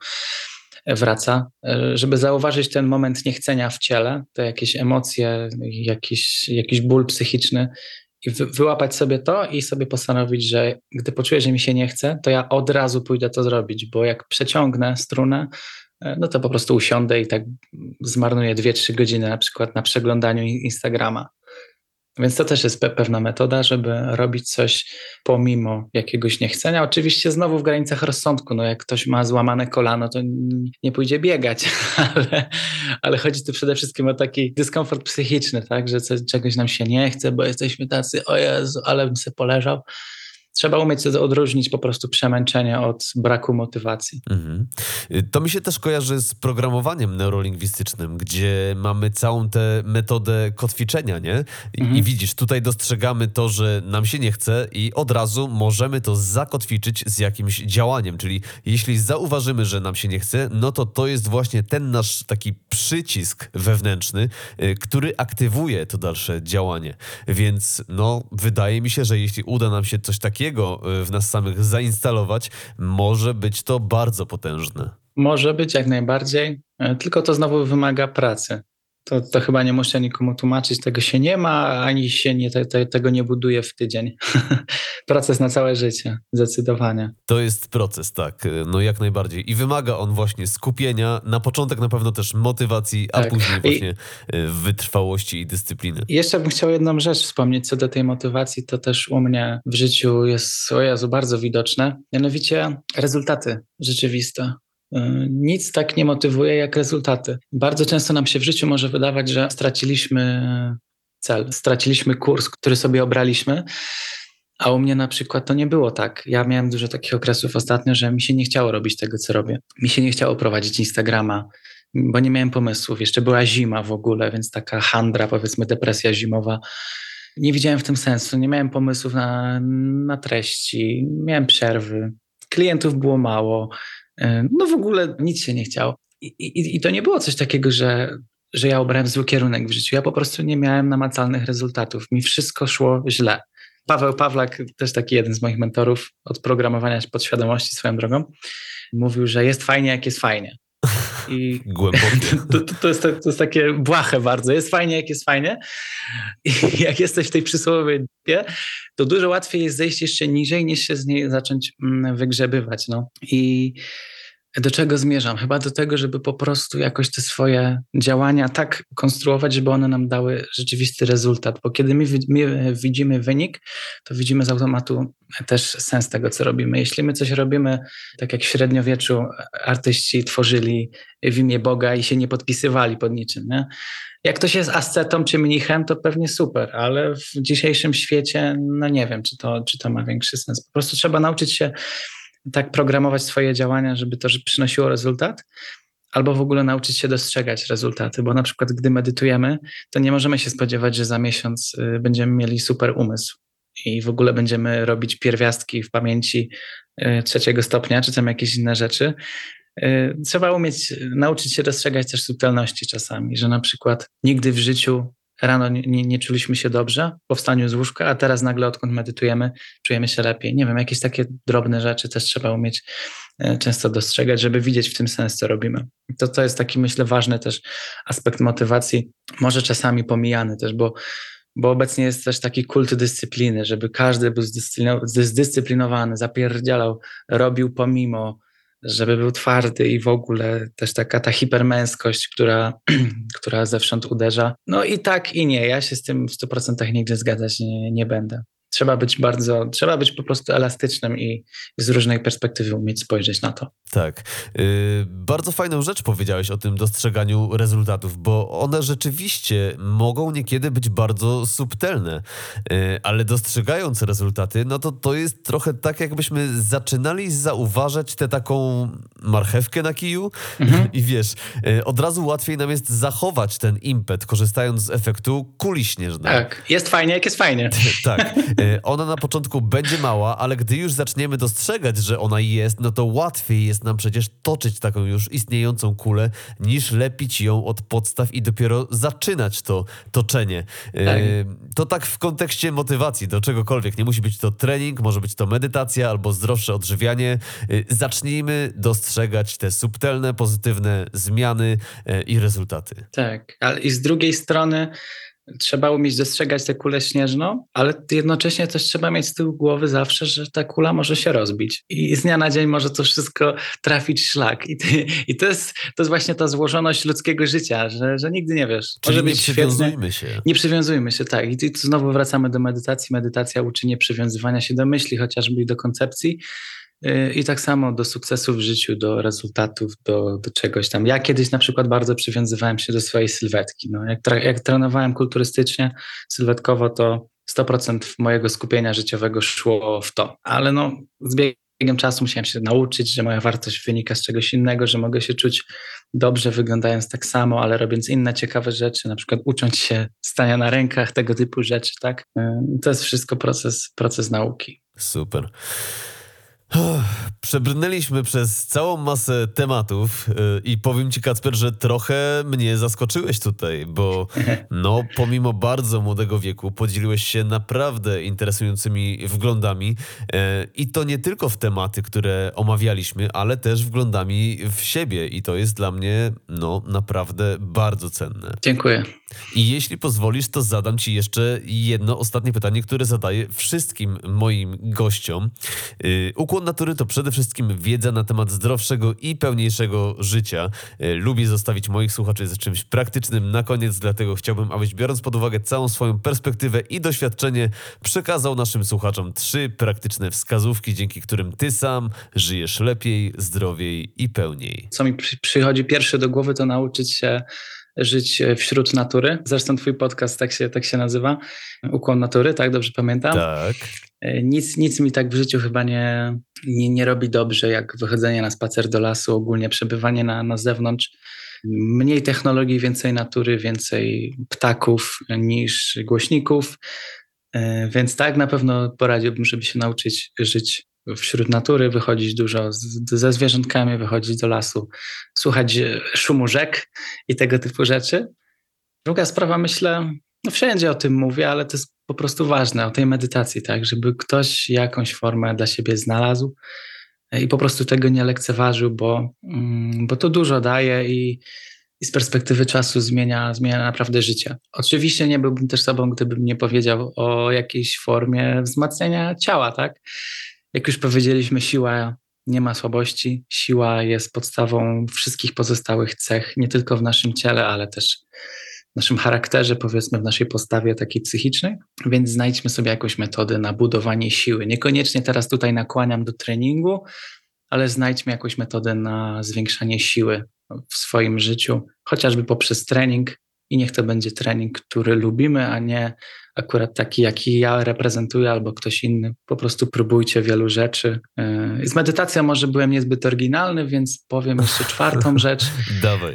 C: wraca, żeby zauważyć ten moment niechcenia w ciele, te jakieś emocje, jakiś ból psychiczny i wyłapać sobie to i sobie postanowić, że gdy poczuję, że mi się nie chce, to ja od razu pójdę to zrobić, bo jak przeciągnę strunę, no to po prostu usiądę i tak zmarnuję 2-3 godziny na przykład na przeglądaniu Instagrama. Więc to też jest pewna metoda, żeby robić coś pomimo jakiegoś niechcenia. Oczywiście znowu w granicach rozsądku. No jak ktoś ma złamane kolano, to nie pójdzie biegać, ale chodzi tu przede wszystkim o taki dyskomfort psychiczny, tak? Że czegoś nam się nie chce, bo jesteśmy tacy, o Jezu, ale bym sobie poleżał. Trzeba umieć odróżnić po prostu przemęczenie od braku motywacji.
B: Mhm. To mi się też kojarzy z programowaniem neurolingwistycznym, gdzie mamy całą tę metodę kotwiczenia, nie? I widzisz, tutaj dostrzegamy to, że nam się nie chce i od razu możemy to zakotwiczyć z jakimś działaniem, czyli jeśli zauważymy, że nam się nie chce, no to jest właśnie ten nasz taki przycisk wewnętrzny, który aktywuje to dalsze działanie. Więc no, wydaje mi się, że jeśli uda nam się coś takiego w nas samych zainstalować, może być to bardzo potężne.
C: Może być jak najbardziej, tylko to znowu wymaga pracy. To chyba nie muszę nikomu tłumaczyć, tego się nie ma, ani się tego nie buduje w tydzień. Proces na całe życie, zdecydowanie.
B: To jest proces, tak, no jak najbardziej. I wymaga on właśnie skupienia, na początek na pewno też motywacji, a
C: Tak.
B: później właśnie wytrwałości i dyscypliny.
C: I jeszcze bym chciał jedną rzecz wspomnieć co do tej motywacji, to też u mnie w życiu jest, o Jezu, bardzo widoczne, mianowicie rezultaty rzeczywiste. Nic tak nie motywuje jak rezultaty. Bardzo często nam się w życiu może wydawać, że straciliśmy cel, straciliśmy kurs, który sobie obraliśmy, a u mnie na przykład to nie było tak. Ja miałem dużo takich okresów ostatnio, że mi się nie chciało robić tego, co robię. Mi się nie chciało prowadzić Instagrama, bo nie miałem pomysłów. Jeszcze była zima w ogóle, więc taka handra, powiedzmy depresja zimowa. Nie widziałem w tym sensu, nie miałem pomysłów na treści, miałem przerwy, klientów było mało. No w ogóle nic się nie chciało. I to nie było coś takiego, że ja obrałem zły kierunek w życiu. Ja po prostu nie miałem namacalnych rezultatów. Mi wszystko szło źle. Paweł Pawlak, też taki jeden z moich mentorów od programowania podświadomości swoją drogą, mówił, że jest fajnie, jak jest fajnie. I
B: Głębokie.
C: to jest takie błahe bardzo. Jest fajnie, jak jest fajnie. I jak jesteś w tej przysłowiowej dupie, to dużo łatwiej jest zejść jeszcze niżej, niż się z niej zacząć wygrzebywać. No. I Do czego zmierzam? Chyba do tego, żeby po prostu jakoś te swoje działania tak konstruować, żeby one nam dały rzeczywisty rezultat, bo kiedy my widzimy wynik, to widzimy z automatu też sens tego, co robimy. Jeśli my coś robimy, tak jak w średniowieczu artyści tworzyli w imię Boga i się nie podpisywali pod niczym, nie? Jak ktoś jest ascetą czy mnichem, to pewnie super, ale w dzisiejszym świecie, no nie wiem, czy to ma większy sens. Po prostu trzeba nauczyć się tak programować swoje działania, żeby to przynosiło rezultat, albo w ogóle nauczyć się dostrzegać rezultaty, bo na przykład gdy medytujemy, to nie możemy się spodziewać, że za miesiąc będziemy mieli super umysł i w ogóle będziemy robić pierwiastki w pamięci 3. stopnia, czy tam jakieś inne rzeczy. Trzeba nauczyć się dostrzegać też subtelności czasami, że na przykład nigdy w życiu rano nie czuliśmy się dobrze po wstaniu z łóżka, a teraz nagle odkąd medytujemy, czujemy się lepiej. Nie wiem, jakieś takie drobne rzeczy też trzeba umieć często dostrzegać, żeby widzieć w tym sens, co robimy. To jest taki, myślę, ważny też aspekt motywacji, może czasami pomijany też, bo obecnie jest też taki kult dyscypliny, żeby każdy był zdyscyplinowany, zapierdzielał, robił pomimo, żeby był twardy i w ogóle też taka ta hipermęskość, która zewsząd uderza. No i tak i nie. Ja się z tym w 100% nigdy zgadzać nie będę. Trzeba być po prostu elastycznym i z różnej perspektywy umieć spojrzeć na to.
B: Tak. Bardzo fajną rzecz powiedziałeś o tym dostrzeganiu rezultatów, bo one rzeczywiście mogą niekiedy być bardzo subtelne, ale dostrzegając rezultaty, no to jest trochę tak, jakbyśmy zaczynali zauważać tę taką marchewkę na kiju i wiesz, od razu łatwiej nam jest zachować ten impet, korzystając z efektu kuli śnieżnej.
C: Tak, jest fajnie, jak jest fajnie.
B: Tak. Ona na początku będzie mała, ale gdy już zaczniemy dostrzegać, że ona jest, no to łatwiej jest nam przecież toczyć taką już istniejącą kulę, niż lepić ją od podstaw i dopiero zaczynać to toczenie.
C: Tak.
B: To tak w kontekście motywacji do czegokolwiek. Nie musi być to trening, może być to medytacja albo zdrowsze odżywianie. Zacznijmy dostrzegać te subtelne, pozytywne zmiany i rezultaty.
C: Tak, ale i z drugiej strony trzeba umieć dostrzegać tę kulę śnieżną, ale jednocześnie też trzeba mieć z tyłu głowy zawsze, że ta kula może się rozbić i z dnia na dzień może to wszystko trafić w szlak. I to jest właśnie ta złożoność ludzkiego życia, że nigdy nie wiesz.
B: Czyli
C: może
B: nie
C: być
B: przywiązujmy
C: świetnie.
B: się.
C: Nie przywiązujmy się, tak. I tu znowu wracamy do medytacji. Medytacja uczy nieprzywiązywania się do myśli, chociażby i do koncepcji. I tak samo do sukcesu w życiu, do rezultatów, do czegoś tam. Ja kiedyś na przykład bardzo przywiązywałem się do swojej sylwetki. No, jak trenowałem kulturystycznie, sylwetkowo, to 100% mojego skupienia życiowego szło w to. Ale no, z biegiem czasu musiałem się nauczyć, że moja wartość wynika z czegoś innego, że mogę się czuć dobrze wyglądając tak samo, ale robiąc inne ciekawe rzeczy, na przykład ucząc się stania na rękach, tego typu rzeczy, tak? To jest wszystko proces nauki.
B: Super. Przebrnęliśmy przez całą masę tematów i powiem ci, Kacper, że trochę mnie zaskoczyłeś tutaj, bo no, pomimo bardzo młodego wieku podzieliłeś się naprawdę interesującymi wglądami i to nie tylko w tematy, które omawialiśmy, ale też wglądami w siebie i to jest dla mnie no, naprawdę bardzo cenne.
C: Dziękuję.
B: I jeśli pozwolisz, to zadam ci jeszcze jedno ostatnie pytanie, które zadaję wszystkim moim gościom. Ukłon natury to przede wszystkim wiedza na temat zdrowszego i pełniejszego życia. Lubię zostawić moich słuchaczy z czymś praktycznym na koniec, dlatego chciałbym, abyś biorąc pod uwagę całą swoją perspektywę i doświadczenie, przekazał naszym słuchaczom 3 praktyczne wskazówki, dzięki którym ty sam żyjesz lepiej, zdrowiej i pełniej.
C: Co mi przychodzi pierwsze do głowy, to nauczyć się żyć wśród natury. Zresztą twój podcast tak się nazywa. Ukłon natury, tak? Dobrze pamiętam?
B: Tak.
C: Nic mi tak w życiu chyba nie robi dobrze, jak wychodzenie na spacer do lasu, ogólnie przebywanie na zewnątrz. Mniej technologii, więcej natury, więcej ptaków niż głośników. Więc tak, na pewno poradziłbym, żeby się nauczyć żyć wśród natury, wychodzić dużo ze zwierzątkami, wychodzić do lasu, słuchać szumu rzek i tego typu rzeczy. Druga sprawa, myślę, no wszędzie o tym mówię, ale to jest po prostu ważne, o tej medytacji, tak, żeby ktoś jakąś formę dla siebie znalazł i po prostu tego nie lekceważył, bo to dużo daje i z perspektywy czasu zmienia naprawdę życie. Oczywiście nie byłbym też sobą, gdybym nie powiedział o jakiejś formie wzmacniania ciała, tak? Jak już powiedzieliśmy, siła nie ma słabości. Siła jest podstawą wszystkich pozostałych cech, nie tylko w naszym ciele, ale też w naszym charakterze, powiedzmy, w naszej postawie takiej psychicznej. Więc znajdźmy sobie jakąś metodę na budowanie siły. Niekoniecznie teraz tutaj nakłaniam do treningu, ale znajdźmy jakąś metodę na zwiększanie siły w swoim życiu, chociażby poprzez trening. I niech to będzie trening, który lubimy, a nie akurat taki, jaki ja reprezentuję albo ktoś inny. Po prostu próbujcie wielu rzeczy. Z medytacją może byłem niezbyt oryginalny, więc powiem jeszcze czwartą rzecz.
B: Dawaj.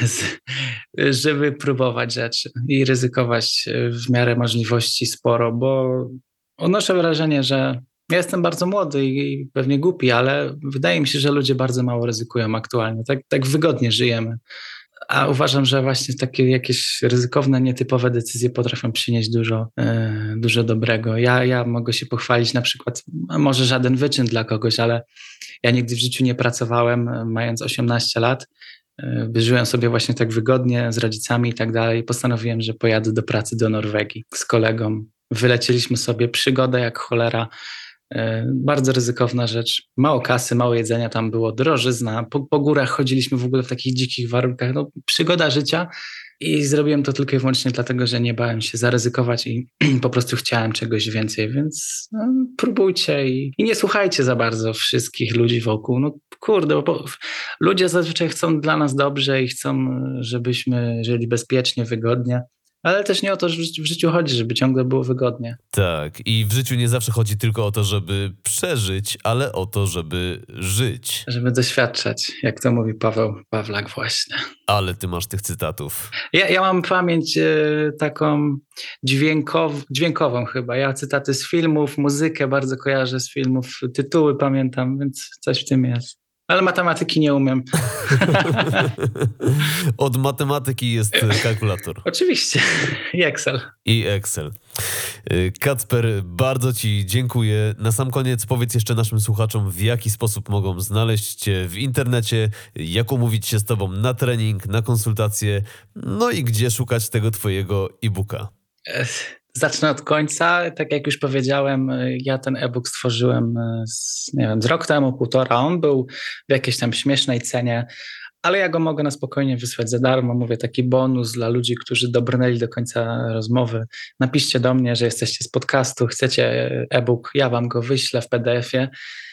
C: Żeby próbować rzeczy i ryzykować w miarę możliwości sporo, bo odnoszę wrażenie, że ja jestem bardzo młody i pewnie głupi, ale wydaje mi się, że ludzie bardzo mało ryzykują aktualnie. Tak wygodnie żyjemy. A uważam, że właśnie takie jakieś ryzykowne, nietypowe decyzje potrafią przynieść dużo dobrego. Ja mogę się pochwalić na przykład, może żaden wyczyn dla kogoś, ale ja nigdy w życiu nie pracowałem, mając 18 lat. Żyłem sobie właśnie tak wygodnie z rodzicami i tak dalej. Postanowiłem, że pojadę do pracy do Norwegii z kolegą. Wylecieliśmy sobie, przygoda jak cholera. Bardzo ryzykowna rzecz. Mało kasy, mało jedzenia tam było, drożyzna. Po górach chodziliśmy w ogóle w takich dzikich warunkach. No, przygoda życia i zrobiłem to tylko i wyłącznie dlatego, że nie bałem się zaryzykować i po prostu chciałem czegoś więcej, więc próbujcie i nie słuchajcie za bardzo wszystkich ludzi wokół. No kurde, bo ludzie zazwyczaj chcą dla nas dobrze i chcą, żebyśmy żyli bezpiecznie, wygodnie. Ale też nie o to, że w życiu chodzi, żeby ciągle było wygodnie.
B: Tak, i w życiu nie zawsze chodzi tylko o to, żeby przeżyć, ale o to, żeby żyć.
C: Żeby doświadczać, jak to mówi Paweł Pawlak właśnie.
B: Ale ty masz tych cytatów.
C: Ja mam pamięć taką dźwiękową chyba. Ja cytaty z filmów, muzykę bardzo kojarzę z filmów, tytuły pamiętam, więc coś w tym jest. Ale matematyki nie umiem.
B: Od matematyki jest kalkulator.
C: Oczywiście. I Excel.
B: I Excel. Kacper, bardzo ci dziękuję. Na sam koniec powiedz jeszcze naszym słuchaczom, w jaki sposób mogą znaleźć cię w internecie, jak umówić się z tobą na trening, na konsultacje, no i gdzie szukać tego twojego e-booka.
C: Zacznę od końca. Tak jak już powiedziałem, ja ten e-book stworzyłem z rok temu, półtora. On był w jakiejś tam śmiesznej cenie, ale ja go mogę na spokojnie wysłać za darmo. Mówię, taki bonus dla ludzi, którzy dobrnęli do końca rozmowy. Napiszcie do mnie, że jesteście z podcastu, chcecie e-book, ja wam go wyślę w PDF-ie.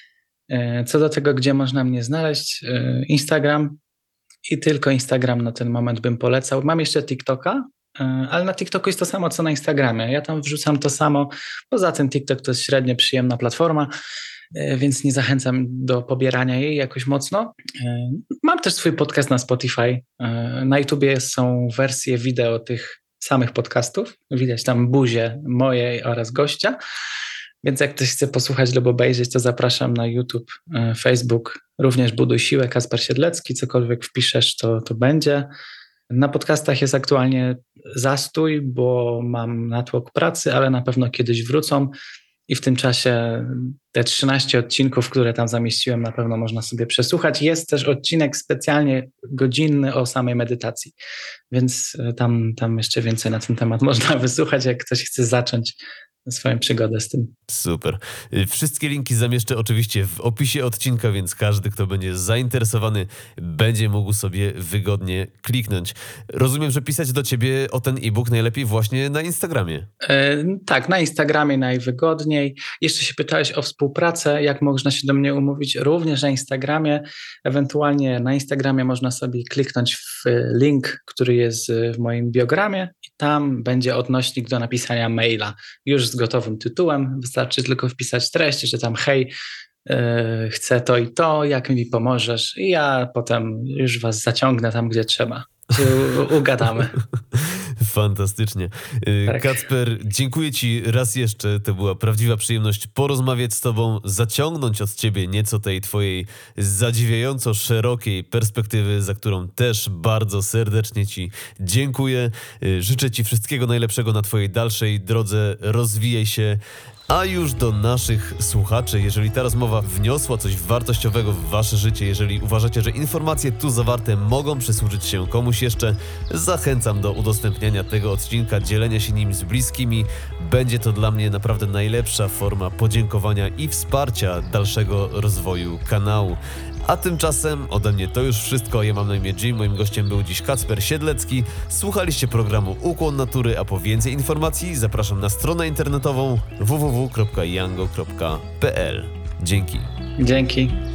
C: Co do tego, gdzie można mnie znaleźć, Instagram i tylko Instagram na ten moment bym polecał. Mam jeszcze TikToka, ale na TikToku jest to samo, co na Instagramie. Ja tam wrzucam to samo. Poza tym TikTok to jest średnio przyjemna platforma, więc nie zachęcam do pobierania jej jakoś mocno. Mam też swój podcast na Spotify. Na YouTubie są wersje wideo tych samych podcastów. Widać tam buzię mojej oraz gościa. Więc jak ktoś chce posłuchać lub obejrzeć, to zapraszam na YouTube, Facebook. Również Buduj Siłę, Kacper Siedlecki. Cokolwiek wpiszesz, to będzie. Na podcastach jest aktualnie zastój, bo mam natłok pracy, ale na pewno kiedyś wrócą i w tym czasie te 13 odcinków, które tam zamieściłem, na pewno można sobie przesłuchać. Jest też odcinek specjalnie godzinny o samej medytacji, więc tam jeszcze więcej na ten temat można wysłuchać, jak ktoś chce zacząć swoją przygodę z tym.
B: Super. Wszystkie linki zamieszczę oczywiście w opisie odcinka, więc każdy, kto będzie zainteresowany, będzie mógł sobie wygodnie kliknąć. Rozumiem, że pisać do ciebie o ten e-book najlepiej właśnie na Instagramie.
C: Tak, na Instagramie najwygodniej. Jeszcze się pytałeś o współpracę, jak można się do mnie umówić? Również na Instagramie. Ewentualnie na Instagramie można sobie kliknąć w link, który jest w moim biogramie i tam będzie odnośnik do napisania maila. Już z gotowym tytułem. Wystarczy tylko wpisać treść, że tam hej, chcę to i to, jak mi pomożesz i ja potem już was zaciągnę tam, gdzie trzeba. Ugadamy.
B: Fantastycznie.
C: Tak.
B: Kacper, dziękuję ci raz jeszcze. To była prawdziwa przyjemność porozmawiać z tobą, zaciągnąć od ciebie nieco tej twojej zadziwiająco szerokiej perspektywy, za którą też bardzo serdecznie ci dziękuję. Życzę ci wszystkiego najlepszego na twojej dalszej drodze. Rozwijaj się, A już do naszych słuchaczy, jeżeli ta rozmowa wniosła coś wartościowego w wasze życie, jeżeli uważacie, że informacje tu zawarte mogą przysłużyć się komuś jeszcze, zachęcam do udostępniania tego odcinka, dzielenia się nim z bliskimi. Będzie to dla mnie naprawdę najlepsza forma podziękowania i wsparcia dalszego rozwoju kanału. A tymczasem ode mnie to już wszystko. Ja mam na imię Jim, moim gościem był dziś Kacper Siedlecki. Słuchaliście programu Ukłon Natury, a po więcej informacji zapraszam na stronę internetową www.yango.pl. Dzięki.
C: Dzięki.